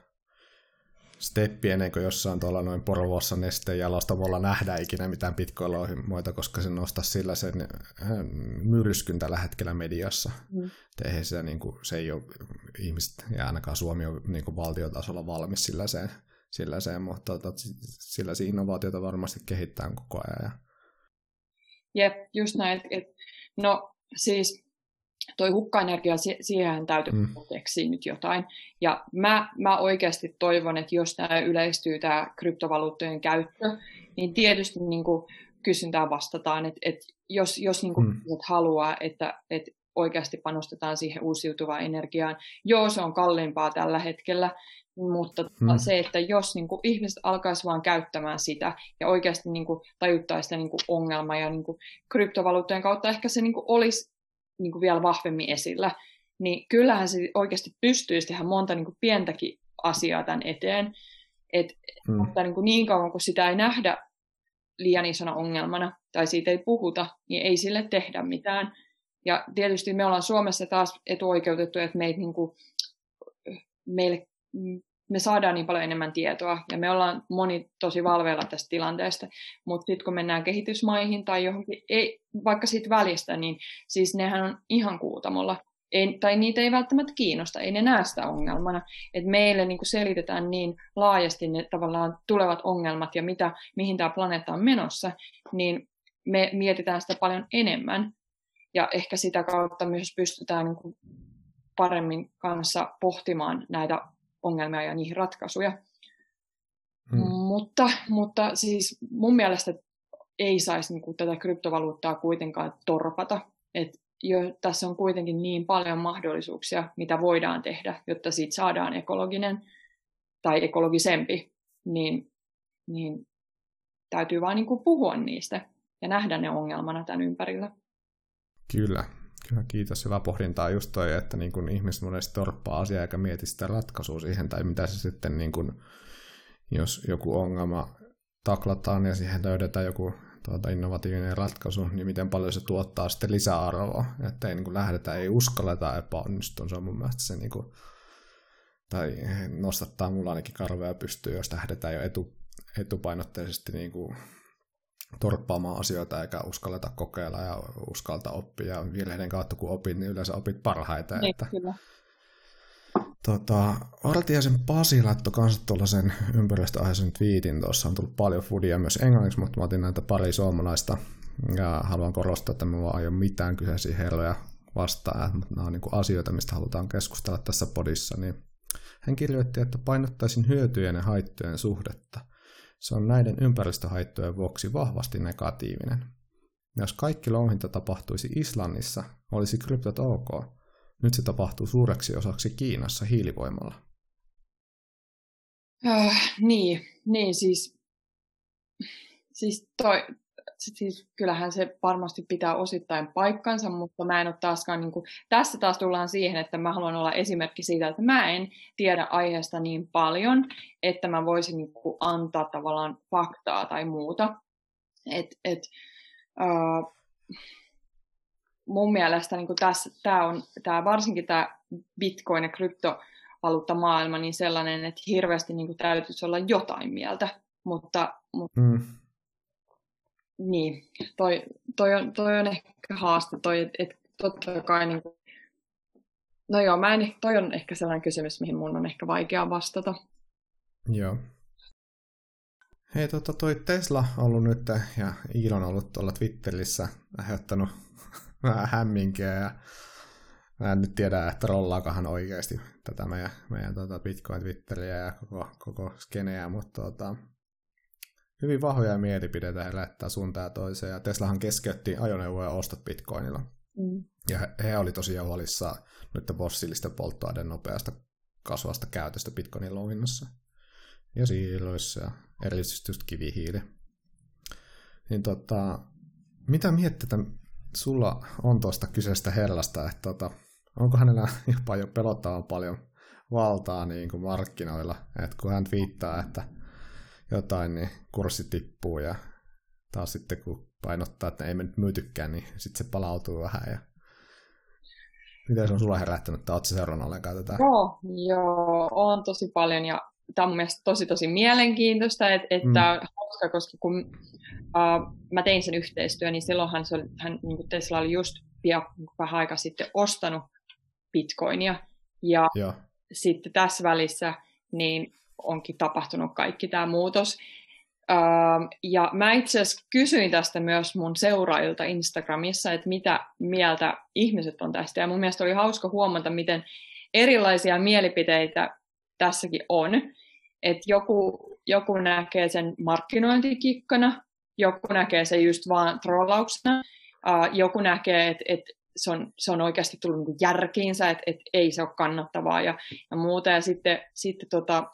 steppi ennen kuin jossain tuolla noin Porvoossa nesteen jalostamolla nähdään ikinä mitään Bitcoin-louhimoita, koska se nostaisi sillä sen myrskyn tällä hetkellä mediassa. Mm. Eihän se, niin kuin, se ei ole ihmiset, ja ainakaan Suomi on niin kuin valtiotasolla valmis silläseen, silläseen mutta tota, silläisiä innovaatioita varmasti kehittää koko ajan. Jep, just näin. Et, no siis toi hukkaenergia, siihen täytyy mm. keksiä nyt jotain. Ja mä, mä oikeasti toivon, että jos tämä yleistyy, tämä kryptovaluuttojen käyttö, niin tietysti niin kuin kysyntään vastataan, että, että jos, jos niin kuin mm. haluaa, että, että oikeasti panostetaan siihen uusiutuvaan energiaan, joo, se on kalliimpaa tällä hetkellä, mutta hmm. se, että jos niin kuin, ihmiset alkaisivat vaan käyttämään sitä ja oikeasti niin kuin, tajuttaisiin sitä niin kuin, ongelmaa ja niin kuin, kryptovaluuttojen kautta ehkä se niin kuin, olisi niin kuin, vielä vahvemmin esillä, niin kyllähän se oikeasti pystyisi tehdä monta niin kuin, pientäkin asiaa tämän eteen. Et, hmm. Mutta niin, kuin, niin kauan kuin sitä ei nähdä liian isona ongelmana tai siitä ei puhuta, niin ei sille tehdä mitään. Ja tietysti me ollaan Suomessa taas etuoikeutettu, että meitä, niin kuin, meille me saadaan niin paljon enemmän tietoa, ja me ollaan moni tosi valveilla tästä tilanteesta, mutta sitten kun mennään kehitysmaihin tai johonkin, ei, vaikka siitä välistä, niin siis nehän on ihan kuutamolla, ei, tai niitä ei välttämättä kiinnosta, ei ne näe sitä ongelmana, että meille niin kuin selitetään niin laajasti ne tavallaan tulevat ongelmat ja mitä, mihin tämä planeetta on menossa, niin me mietitään sitä paljon enemmän, ja ehkä sitä kautta myös pystytään niin kuin paremmin kanssa pohtimaan näitä ongelmia ja niihin ratkaisuja. Hmm. Mutta, mutta siis mun mielestä ei saisi niin kuin tätä kryptovaluuttaa kuitenkaan torpata. Et jo, tässä on kuitenkin niin paljon mahdollisuuksia, mitä voidaan tehdä, jotta siitä saadaan ekologinen tai ekologisempi. Niin, niin täytyy vaan niin kuin puhua niistä ja nähdä ne ongelmana tämän ympärillä. Kyllä. Kyllä, kiitos. Hyvä pohdintaa just toi, että niin kun ihmiset monesti torppaa asiaa eikä mieti sitä ratkaisua siihen, tai mitä se sitten, niin kun, jos joku ongelma taklataan ja siihen löydetään joku tuota, innovatiivinen ratkaisu, niin miten paljon se tuottaa sitten lisäarvoa, että ei niin kun lähdetä, ei uskalleta epäonnistua. Se on mun mielestä se, niin kun, tai nostattaa mulla ainakin karveja pystyy, jos lähdetään jo etu, etupainotteisesti niin kun torppaamaan asioita eikä uskalleta kokeilla ja uskalta oppia. Ja virheiden kautta kun opit, niin yleensä opit parhaiten. Niin, että, kyllä. Tota, Artiaisen Pasi laittoi kanssa tuollaisen ympäristöaiheisen twiitin. Tuossa on tullut paljon foodia myös englanniksi, mutta mä otin näitä pari suomalaista. Ja haluan korostaa, että minulla ei ole mitään kyseisiä herroja vastaan. Mutta nämä on niin kuin asioita, mistä halutaan keskustella tässä podissa. Niin hän kirjoitti, että painottaisin hyötyjen ja haittojen suhdetta. Se on näiden ympäristöhaittojen vuoksi vahvasti negatiivinen. Jos kaikki louhinta tapahtuisi Islannissa, olisi kryptot ok. Nyt se tapahtuu suureksi osaksi Kiinassa hiilivoimalla. Äh, niin, niin siis, siis, toi, siis kyllähän se varmasti pitää osittain paikkansa, mutta mä en ole taaskaan, niin kuin, tässä taas tullaan siihen, että mä haluan olla esimerkki siitä, että mä en tiedä aiheesta niin paljon, että mä voisin niin kuin, antaa tavallaan faktaa tai muuta. Et, et, uh, mun mielestä niin kuin tässä, tää on, tää, varsinkin tämä Bitcoin ja kryptovaluuttamaailma niin sellainen, että hirveästi niin kuin, täytyisi olla jotain mieltä, mutta, mutta mm. Niin, toi, toi, on, toi on ehkä haaste, toi, että et, totta kai, niin kuin, no joo, mä en, toi on ehkä sellainen kysymys, mihin mun on ehkä vaikea vastata. Joo. Hei, tota, toi Tesla on ollut nyt, ja Elon on ollut tuolla Twitterissä aiheuttanut vähän hämminkiä, ja mä en nyt tiedä, että rollaakohan oikeasti tätä meidän, meidän tota Bitcoin-Twitteriä ja koko, koko skeneä, mutta tota, hyvin vahvoja mielipiteitä he lähettää suuntaan ja toiseen, ja Teslahan keskeytti ajoneuvoja ostot Bitcoinilla. Mm. Ja he, he oli tosiaan huolissaan nyt fossiilisten polttoaineiden nopeasta kasvasta käytöstä Bitcoinin louhinnassa. Ja siiloissa ja erityisesti just kivihiili. Niin tota, mitä mietteitä sulla on tuosta kyseistä herrasta, että tota, onko hänellä jopa jo pelottavan paljon valtaa niin kuin markkinoilla, että kun hän twiittaa, että jotain, niin kurssi tippuu ja taas sitten kun painottaa, että ei me nyt myytykään, niin sitten se palautuu vähän. Ja miten se on sulla herättänyt, että oletko seurannut ollenkaan tätä? Joo, joo, on tosi paljon ja tämä on mun mielestä tosi tosi mielenkiintoista, että, että mm. tämä on hauska, koska kun uh, mä tein sen yhteistyön, niin silloinhan se oli, hän, niin kuin Tesla oli just pian vähän aikaa sitten ostanut Bitcoinia ja joo. Sitten tässä välissä niin onkin tapahtunut kaikki tämä muutos. Ja mä itse asiassa kysyin tästä myös mun seuraajilta Instagramissa, että mitä mieltä ihmiset on tästä. Ja mun mielestä oli hauska huomata, miten erilaisia mielipiteitä tässäkin on. Että joku, joku näkee sen markkinointikikkana, joku näkee sen just vaan trollauksena, joku näkee, että et se, on, se on oikeasti tullut niinku järkiinsä, että et ei se ole kannattavaa ja, ja muuta. Ja sitten, sitten tota,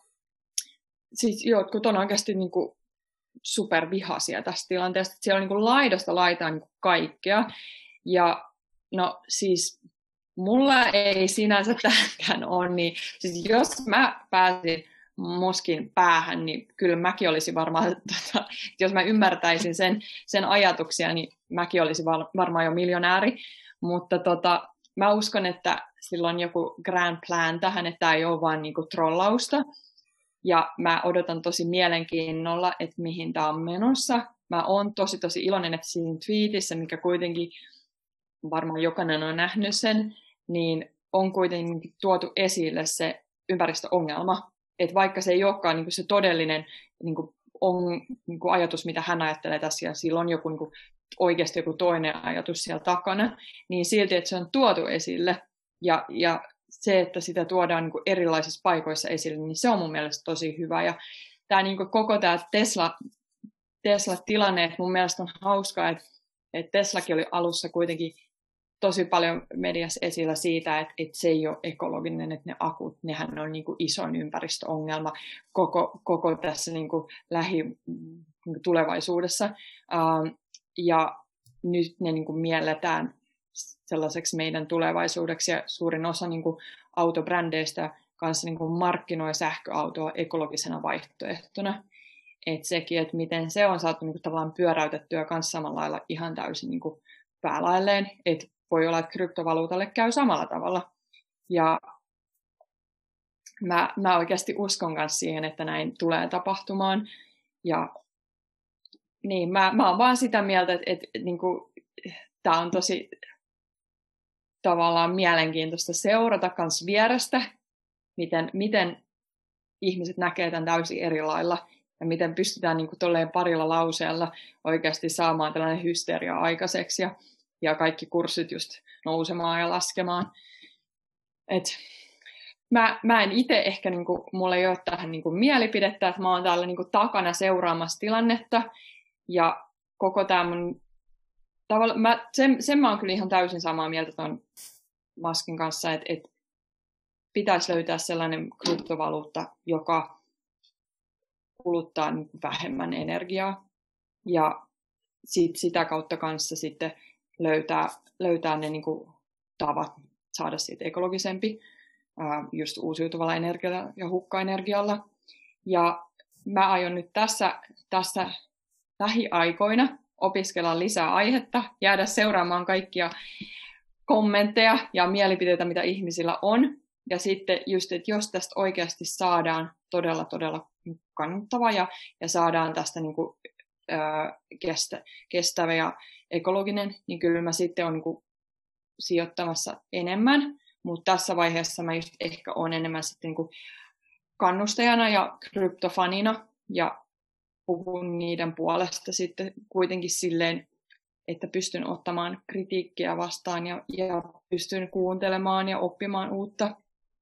siis jotkut on oikeasti niinku supervihaisia tästä tilanteesta, että siellä on niinku laidasta laitaan niinku kaikkea. Ja no siis mulla ei sinänsä tämänkään ole, niin siis jos mä pääsin moskin päähän, niin kyllä mäkin olisin varmaan, tota, jos mä ymmärtäisin sen, sen ajatuksia, niin mäkin olisin varmaan jo miljonääri. Mutta tota, mä uskon, että sillä on joku grand plan tähän, että tämä ei ole vaan niinku trollausta. Ja mä odotan tosi mielenkiinnolla, että mihin tämä on menossa. Mä oon tosi tosi iloinen, että siinä tweetissä, mikä kuitenkin varmaan jokainen on nähnyt sen, niin on kuitenkin tuotu esille se ympäristöongelma. Että vaikka se ei olekaan niinku se todellinen niinku on, niinku ajatus, mitä hän ajattelee tässä, ja sillä on joku, niinku, oikeasti joku toinen ajatus siellä takana, niin silti, että se on tuotu esille, ja, ja se, että sitä tuodaan niinku erilaisissa paikoissa esille, niin se on mun mielestä tosi hyvä. Ja tämä niinku koko tämä Tesla, Tesla-tilanne, että mun mielestä on hauskaa, että, että Teslakin oli alussa kuitenkin tosi paljon mediassa esillä siitä, että, että se ei ole ekologinen, että ne akut, nehän on niin kuin isoin ympäristöongelma koko, koko tässä niin kuin lähitulevaisuudessa. Uh, ja nyt ne niin kuin mielletään sellaiseksi meidän tulevaisuudeksi, ja suurin osa niin kuin autobrändeistä kanssa niin kuin markkinoi sähköautoa ekologisena vaihtoehtona. Että sekin, että miten se on saatu niin kuin tavallaan pyöräytettyä kanssa samalla lailla ihan täysin niin kuin päälailleen, että voi olla, että kryptovaluutalle käy samalla tavalla. Ja mä, mä oikeasti uskon myös siihen, että näin tulee tapahtumaan. Ja niin, mä, mä oon vaan sitä mieltä, että, että, että niin kuin, tää on tosi tavallaan mielenkiintoista seurata kans vierestä, miten, miten ihmiset näkee tämän täysin eri lailla, ja miten pystytään niin kuin tolleen parilla lauseella oikeasti saamaan tällainen hysteria aikaiseksi, ja, ja kaikki kurssit just nousemaan ja laskemaan. Et mä, mä en itse ehkä, niin kuin, mulla ei ole tähän niin kuin mielipidettä, että mä oon täällä niin kuin takana seuraamassa tilannetta, ja koko tämä mun tavalla, mä, sen, sen mä oon kyllä ihan täysin samaa mieltä ton Muskin kanssa, että et pitäisi löytää sellainen kryptovaluutta, joka kuluttaa niin kuin vähemmän energiaa, ja sit sitä kautta kanssa sitten löytää, löytää ne niin kuin tavat saada siitä ekologisempi, ää, just uusiutuvalla energialla ja hukkaenergialla. Ja mä aion nyt tässä, tässä lähiaikoina opiskella lisää aihetta, jäädä seuraamaan kaikkia kommentteja ja mielipiteitä, mitä ihmisillä on. Ja sitten just, että jos tästä oikeasti saadaan todella, todella kannattava ja, ja saadaan tästä niin kuin, ää, kestä, kestävä ja ekologinen, niin kyllä mä sitten on niin kuin sijoittamassa enemmän. Mutta tässä vaiheessa mä just ehkä olen enemmän sitten niin kuin kannustajana ja kryptofanina ja puhun niiden puolesta sitten kuitenkin silleen, että pystyn ottamaan kritiikkiä vastaan ja, ja pystyn kuuntelemaan ja oppimaan uutta.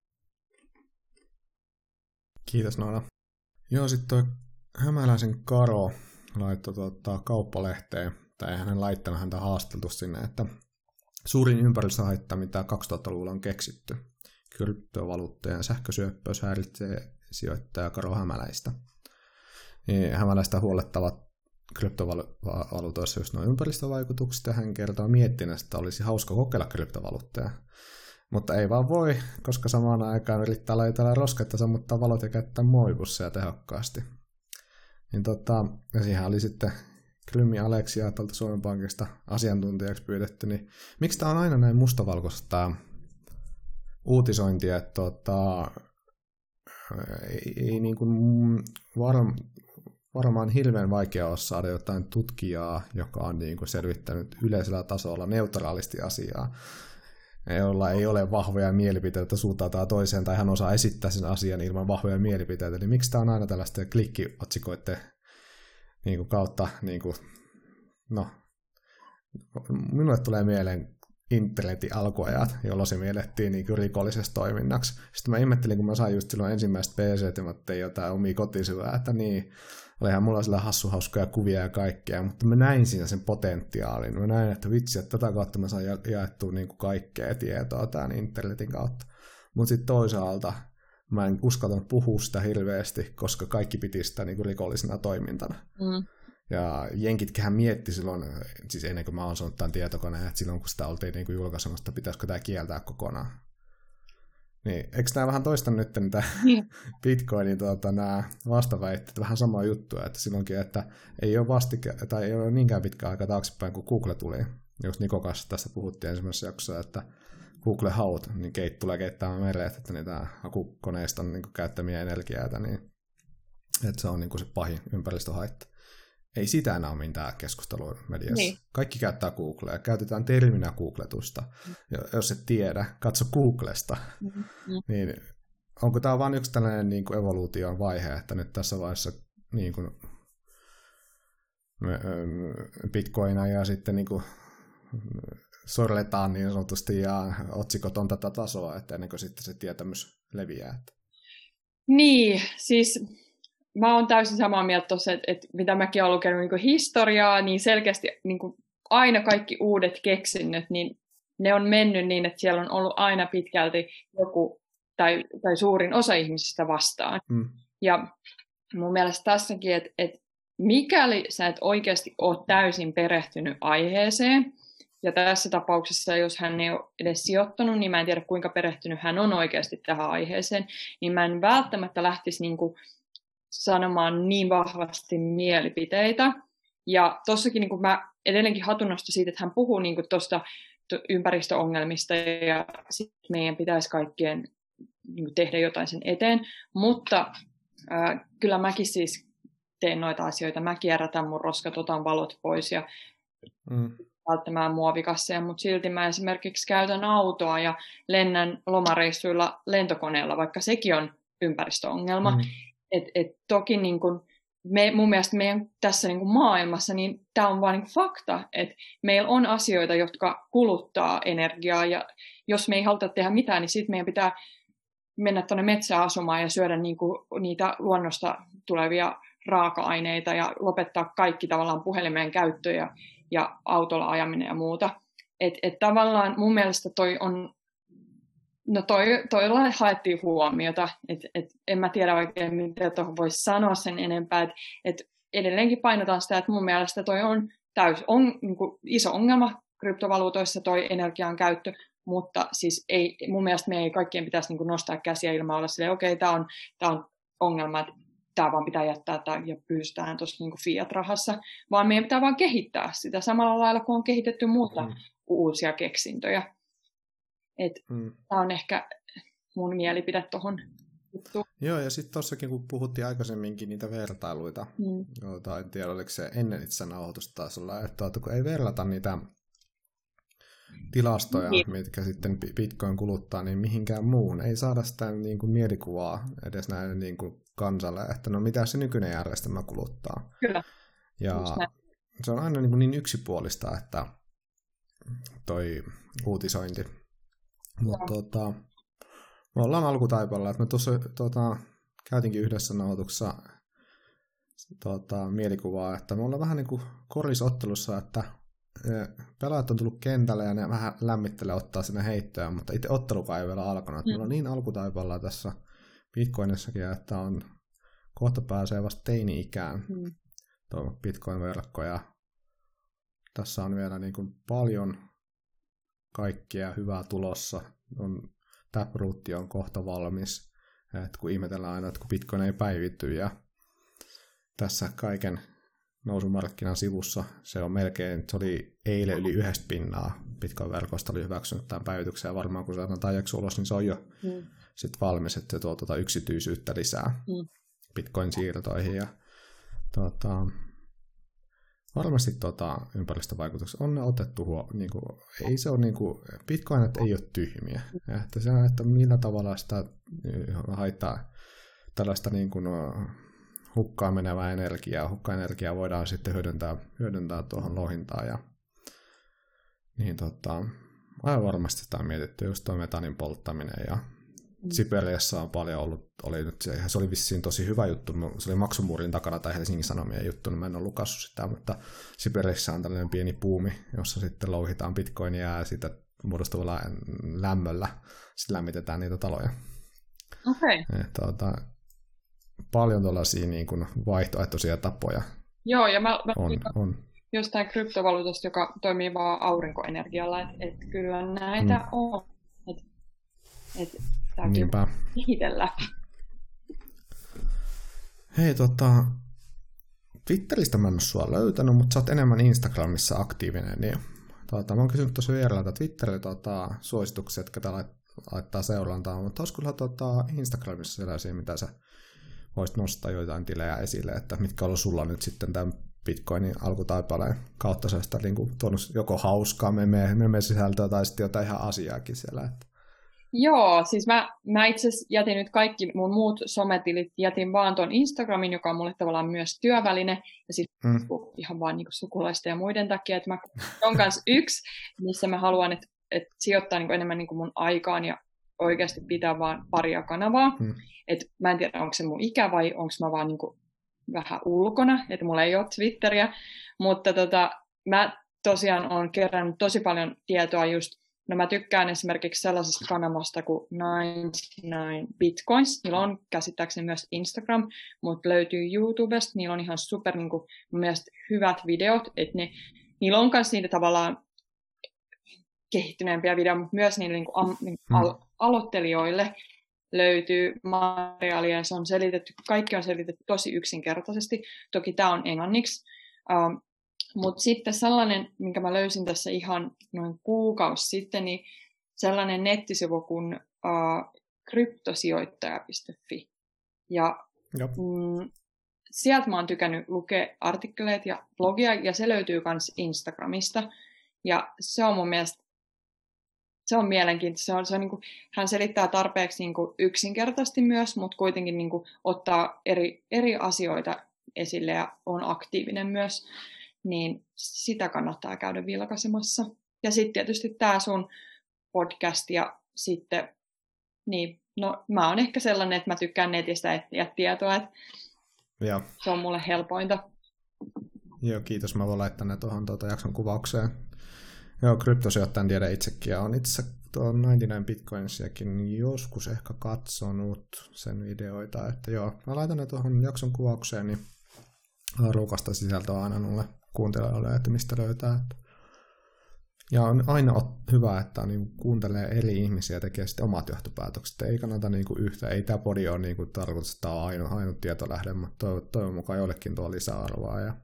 Kiitos Noora. Joo, sitten toi Hämäläisen Karo laittoi tuota, kauppalehteen, tai eihän hän laittanut häntä haasteltu sinne, että suurin ympäristöhaitta, mitä kaksituhattaluvulla on keksitty. Kryptovaluuttojen ja sähkösyöppöys häiritsee sijoittaja Karo Hämäläistä. Niin Hämäläistä huolettavat kryptovaluutoissa just nuo ympäristövaikutukset, ja hän kertoo miettineestä, että olisi hauska kokeilla kryptovaluutteja. Mutta ei vaan voi, koska samaan aikaan yrittää laitella rosketta, sammuttaa valot ja käyttää muovipusseja tehokkaasti. Niin tota, ja siihen oli sitten Krymmi Aleksia tuolta Suomen Pankista asiantuntijaksi pyydetty, niin miksi tämä on aina näin mustavalkoista tämä uutisointi, että tota, ei, ei niin kuin varm, varmaan hirveän vaikea ole saada jotain tutkijaa, joka on niin kuin selvittänyt yleisellä tasolla neutraalisti asiaa, jolla ei ole vahvoja mielipiteitä suuntautaa toiseen, tai hän osaa esittää sen asian ilman vahvoja mielipiteitä. Eli miksi tämä on aina tällaista klikkiotsikoiden niin kuin kautta, niin kuin, no, minulle tulee mieleen internetin alkuajat, jolloin se miellettiin niin kuin rikollisessa toiminnaksi. Sitten mä ihmettelin, kun mä sain just silloin ensimmäistä P C, ja mä tein jotain omia kotisivuja, että niin, olihan mulla sillä hassuhauskoja kuvia ja kaikkea, mutta mä näin siinä sen potentiaalin. Mä näin, että vitsi, että tätä kautta mä saan jaettua niin kuin kaikkea tietoa tämän internetin kautta. Mutta sitten toisaalta mä en uskaltanut puhua sitä hirveästi, koska kaikki piti sitä niin kuin rikollisena toimintana. Mm. Ja jenkitkähän mietti silloin, siis ennen kuin mä oon sanonut tämän tietokoneen, että silloin kun sitä oltiin niin kuin julkaisemassa, pitäisikö tämä kieltää kokonaan. Niin, eikö nämä vähän toista nyt niitä niin. Bitcoinin tuota, nämä vastaväitteet, vähän samaa juttua, että silloinkin, että ei ole vastike, tai ei ole niinkään pitkä aika taaksepäin, kun Google tuli. Just Niko kanssa tästä puhuttiin ensimmäisessä jaksossa, että Google Haut, niin keit tulee keittämään mereet, että niitä hakukoneiston niin käyttämiä energiaa, niin että se on niin kuin se pahin ympäristöhaitta. Ei sitä enää ole mitään keskustelua mediassa. Niin. Kaikki käyttää Googlea. Käytetään terminä googletusta. Ja jos et tiedä, katso Googlesta. Mm-hmm. Niin onko tämä vain yksi tällainen niin kuin evoluution vaihe, että nyt tässä vaiheessa niin kuin, Bitcoina ja sitten niin kuin, sorletaan niin sanotusti ja otsikot on tätä tasoa, että ennen kuin sitten se tietämys leviää. Niin, siis mä oon täysin samaa mieltä tuossa, että, että mitä mäkin olen lukenut niin historiaa, niin selkeästi niin aina kaikki uudet keksinnöt, niin ne on mennyt niin, että siellä on ollut aina pitkälti joku tai, tai suurin osa ihmisistä vastaan. Mm. Ja mun mielestä tässäkin, että, että mikäli sä et oikeasti ole täysin perehtynyt aiheeseen, ja tässä tapauksessa, jos hän ei ole edes sijoittanut, niin mä en tiedä kuinka perehtynyt hän on oikeasti tähän aiheeseen, niin mä en välttämättä lähtisi niin kuin sanomaan niin vahvasti mielipiteitä. Ja tossakin niin kuin mä edelleenkin hatunnosta siitä, että hän puhuu niin kuin tuosta ympäristöongelmista ja sitten meidän pitäisi kaikkien niin kuin tehdä jotain sen eteen. Mutta äh, kyllä mäkin siis teen noita asioita. Mä kierrätän mun roskat, otan valot pois ja mm. välttämään muovikasseja, mutta silti mä esimerkiksi käytän autoa ja lennän lomareissuilla lentokoneella, vaikka sekin on ympäristöongelma. Mm. Et, et toki niin kun me, mun mielestä meidän tässä niin kun maailmassa, niin tämä on vain niin fakta, että meillä on asioita, jotka kuluttaa energiaa, ja jos me ei haluta tehdä mitään, niin sitten meidän pitää mennä tuonne metsään asumaan ja syödä niin kun niitä luonnosta tulevia raaka-aineita ja lopettaa kaikki tavallaan puhelimeen käyttö ja, ja autolla ajaminen ja muuta. Että et tavallaan mun mielestä toi on No toi, toilla haettiin huomiota, että et, en mä tiedä oikein, mitä tuohon voisi sanoa sen enempää, että et edelleenkin painotan sitä, että mun mielestä toi on täys on, niin kuin iso ongelma kryptovaluutoissa toi energian käyttö, mutta siis ei, mun mielestä meidän ei kaikkien pitäisi niin kuin nostaa käsiä ilman olla silleen, okei, okay, tämä on, on ongelma, että tämä vaan pitää jättää tää, ja pystytään tuossa niin fiat-rahassa, vaan meidän pitää vaan kehittää sitä samalla lailla, kun on kehitetty muuta mm. uusia keksintöjä. Että mm. tämä on ehkä mun mielipide tuohon juttuun. Joo, ja sitten tuossakin, kun puhuttiin aikaisemminkin niitä vertailuita, mm. joita en tiedä, oliko se ennen itse nauhoitusta taas olla, että kun ei verrata niitä tilastoja, mm. mitkä sitten Bitcoin kuluttaa, niin mihinkään muuhun. Ei saada sitä niin kuin mielikuvaa edes näille niin kuin kansalle, että no mitä se nykyinen järjestelmä kuluttaa. Kyllä. Ja se on aina niin, kuin niin yksipuolista, että toi uutisointi. Mutta tota, me ollaan alkutaipalla, että me tuossa tota, käytinkin yhdessä nauhoituksessa tota, mielikuvaa, että me ollaan vähän niin kuin korisottelussa, että pelaajat on tullut kentälle ja ne vähän lämmittelee ottaa sinne heittoja, mutta itse ottelukaan ei vielä alkanut. Mm. Meillä on niin alkutaipalla tässä Bitcoinissakin, että on kohta pääsee vasta teini-ikään mm. tuo Bitcoin-verkko, ja tässä on vielä niin kuin paljon kaikkea hyvää tulossa. On, Taproot on kohta valmis, että kun ihmetellään aina, että kun Bitcoin ei päivity, ja tässä kaiken nousumarkkinan sivussa se on melkein, se oli eilen yli yhdestä pinnaa Bitcoin-verkosta oli hyväksynyt tämän päivityksen, ja varmaan kun saadaan tajaksi ulos, niin se on jo mm. sit valmis, että se tuo tuota yksityisyyttä lisää mm. Bitcoin-siirtoihin, ja tuota, varmasti tuota, ympäristövaikutukset on ne otettu huomioon. Niin kuin, ei se ole, niin kuin, Bitcoinit ei ole tyhmiä. Että se, että millä tavalla sitä haittaa tällaista niin kuin, hukkaan menevää energiaa. Hukkaan energiaa voidaan sitten hyödyntää, hyödyntää tuohon louhintaan. Ja, niin tota, aivan varmasti sitä on mietitty, just tuo metanin polttaminen. Ja mm. Siperiassa on paljon ollut, oli nyt se, se oli vissiin tosi hyvä juttu. Se oli Maksumuurin takana tai Helsingin Sanomien juttu, niin mä en ole lukassut sitä, mutta Siperiassa on tällainen pieni puumi, jossa sitten louhitaan bitcoinia ja siitä muodostuvalla lämmöllä sitten lämmitetään niitä taloja. Okei. Okay. Tuota, paljon tuollaisia niin kuin vaihtoehtoisia tapoja. Joo, ja mä, mä on, on. jostain kryptovaluutasta, joka toimii vaan aurinkoenergialla, että et kyllä näitä mm. on. Että et, täytyy kehitellä. Hei, tota, Twitteristä mä en ole sua löytänyt, mutta sä oot enemmän Instagramissa aktiivinen, niin tuota, mä oon kysynyt tuossa vierellä Twitterillä tuota, suosituksia, jotka tää laittaa seurantaa, mutta olisiko kyllä tuota, Instagramissa sellaisia, mitä sä voisit nostaa joitain tilejä esille, että mitkä on sulla nyt sitten tämän Bitcoinin alkutaipaleen kautta se sitä niin kuin tuonut joko hauskaa meme-sisältöä tai sitten jotain ihan asiaakin siellä. Että. Joo, siis mä, mä itse asiassa jätin nyt kaikki mun muut sometilit, jätin vaan ton Instagramin, joka on mulle tavallaan myös työväline, ja sitten mm. ihan vaan niin kuin sukulaisten ja muiden takia, että mä on kanssa yksi, missä mä haluan, että, että sijoittaa niin kuin enemmän niin kuin mun aikaan ja oikeasti pitää vaan paria kanavaa. Mm. Että mä en tiedä, onko se mun ikä vai onko mä vaan niin kuin vähän ulkona, että mulla ei ole Twitteriä, mutta tota, mä tosiaan olen kerännyt tosi paljon tietoa just. No mä tykkään esimerkiksi sellaisesta kanavasta kuin yhdeksänkymmentäyhdeksän Bitcoins. Niillä on käsittääkseni myös Instagram, mutta löytyy YouTubesta. Niillä on ihan super niin kuin, mun mielestä hyvät videot. Että ne, niillä on myös niitä tavallaan kehittyneempiä videoita, mutta myös niille niin kuin, niin kuin al- aloittelijoille löytyy materiaalia. Ja se on selitetty, kaikki on selitetty tosi yksinkertaisesti. Toki tämä on englanniksi. Um, Mutta sitten sellainen, minkä mä löysin tässä ihan noin kuukausi sitten, niin sellainen nettisivu kuin uh, kryptosijoittaja piste fi. Ja mm, sieltä mä oon tykännyt lukea artikkeleita ja blogia, ja se löytyy myös Instagramista. Ja se on mun mielestä, se on mielenkiintoista. Se on, se on niin kuin, hän selittää tarpeeksi niin kuin yksinkertaisesti myös, mutta kuitenkin niin kuin ottaa eri, eri asioita esille ja on aktiivinen myös. Niin sitä kannattaa käydä vilkaisemassa. Ja sitten tietysti tämä sun podcast ja sitten, niin, no mä oon ehkä sellainen, että mä tykkään netistä etsiä tietoa, että Joo. se on mulle helpointa. Joo, kiitos. Mä voin laittaa ne tuohon tuota jakson kuvaukseen. Joo, kryptosijoittajan tiedä itsekin, ja on itse tuon yhdeksänkymmentäyhdeksän Bitcoinsiakin joskus ehkä katsonut sen videoita, että joo, mä laitan ne tuohon jakson kuvaukseen, niin ruukasta sisältöä aina noille kuuntelijoille, että mistä löytää. Ja on aina hyvä, että niin kuuntelee eri ihmisiä ja tekee sitten omat johtopäätökset. Ei kannata niin kuin yhtä, ei tämä podi ole niin kuin tarkoitus, että tämä on ainut, ainut tietolähde, mutta toivon mukaan jollekin tuo lisäarvoa. Ja,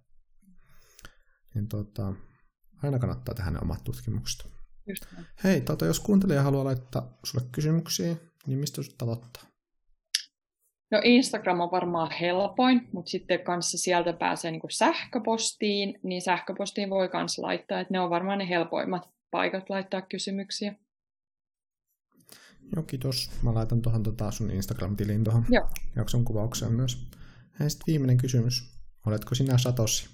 niin tota, aina kannattaa tehdä ne omat tutkimukset. Hei, tota, jos kuuntelija haluaa laittaa sulle kysymyksiä, niin mistä sinut tavoittaa? No Instagram on varmaan helpoin, mutta sitten kanssa sieltä pääsee niin kuin sähköpostiin, niin sähköpostiin voi myös laittaa, että ne on varmaan ne helpoimmat paikat laittaa kysymyksiä. Joo, kiitos. Mä laitan tuohon tota sun Instagram-tiliin tuohon jakson kuvaukseen myös. Hei, sitten viimeinen kysymys. Oletko sinä Satoshi?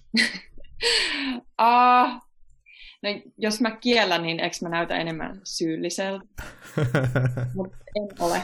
ah, no, jos mä kiellän, niin eikö mä näytä enemmän syylliseltä? Mutta en ole.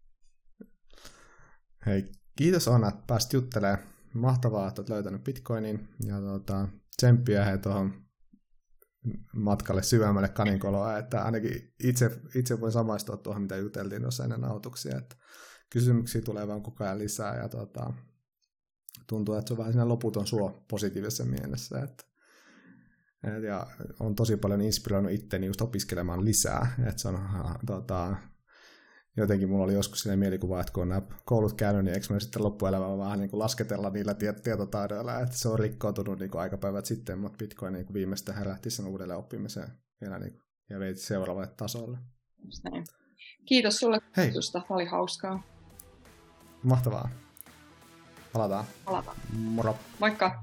Hei, kiitos Anna, että pääsit juttelemaan. Mahtavaa, että olet löytänyt Bitcoinin ja tuota, tsemppiä he tuohon matkalle syvemmälle kaninkoloa, että ainakin itse, itse voin samaistua tuohon, mitä juteltiin tuossa ennen nautuksia, että kysymyksiä tulee vaan koko ajan lisää ja tuota, tuntuu, että se on vähän siinä loputon suo positiivisessa mielessä, että, et, ja on tosi paljon inspiroinut itteni just opiskelemaan lisää, että se on tuota, jotenkin mulla oli joskus siinä mielikuva, että kun on nämä koulut käynyt, niin eikö mä sitten loppuelämää vähän niin kuin lasketella niillä tietotaidoilla, että se on rikkoutunut niin kuin aikapäivät sitten, mutta Bitcoin niin kuin viimeistä herähti sen uudelleen oppimiseen vielä niin kuin, ja veit seuraavalle tasolle. Kiitos sulle kutsusta, oli hauskaa. Mahtavaa. Palataan. Palataan. Moro. Moikka.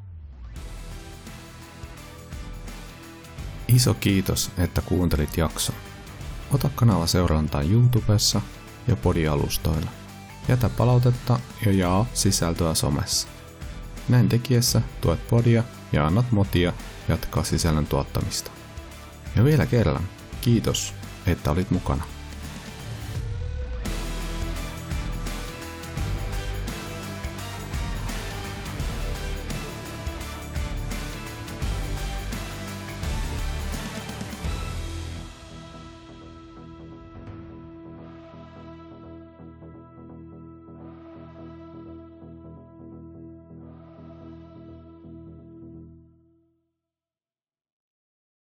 Iso kiitos, että kuuntelit jakson. Ota kanava seurantaan YouTubessa ja podialustoilla. Jätä palautetta ja jaa sisältöä somessa. Näin tekiessä tuet podia ja annat motia jatkaa sisällön tuottamista. Ja vielä kerran, kiitos, että olit mukana.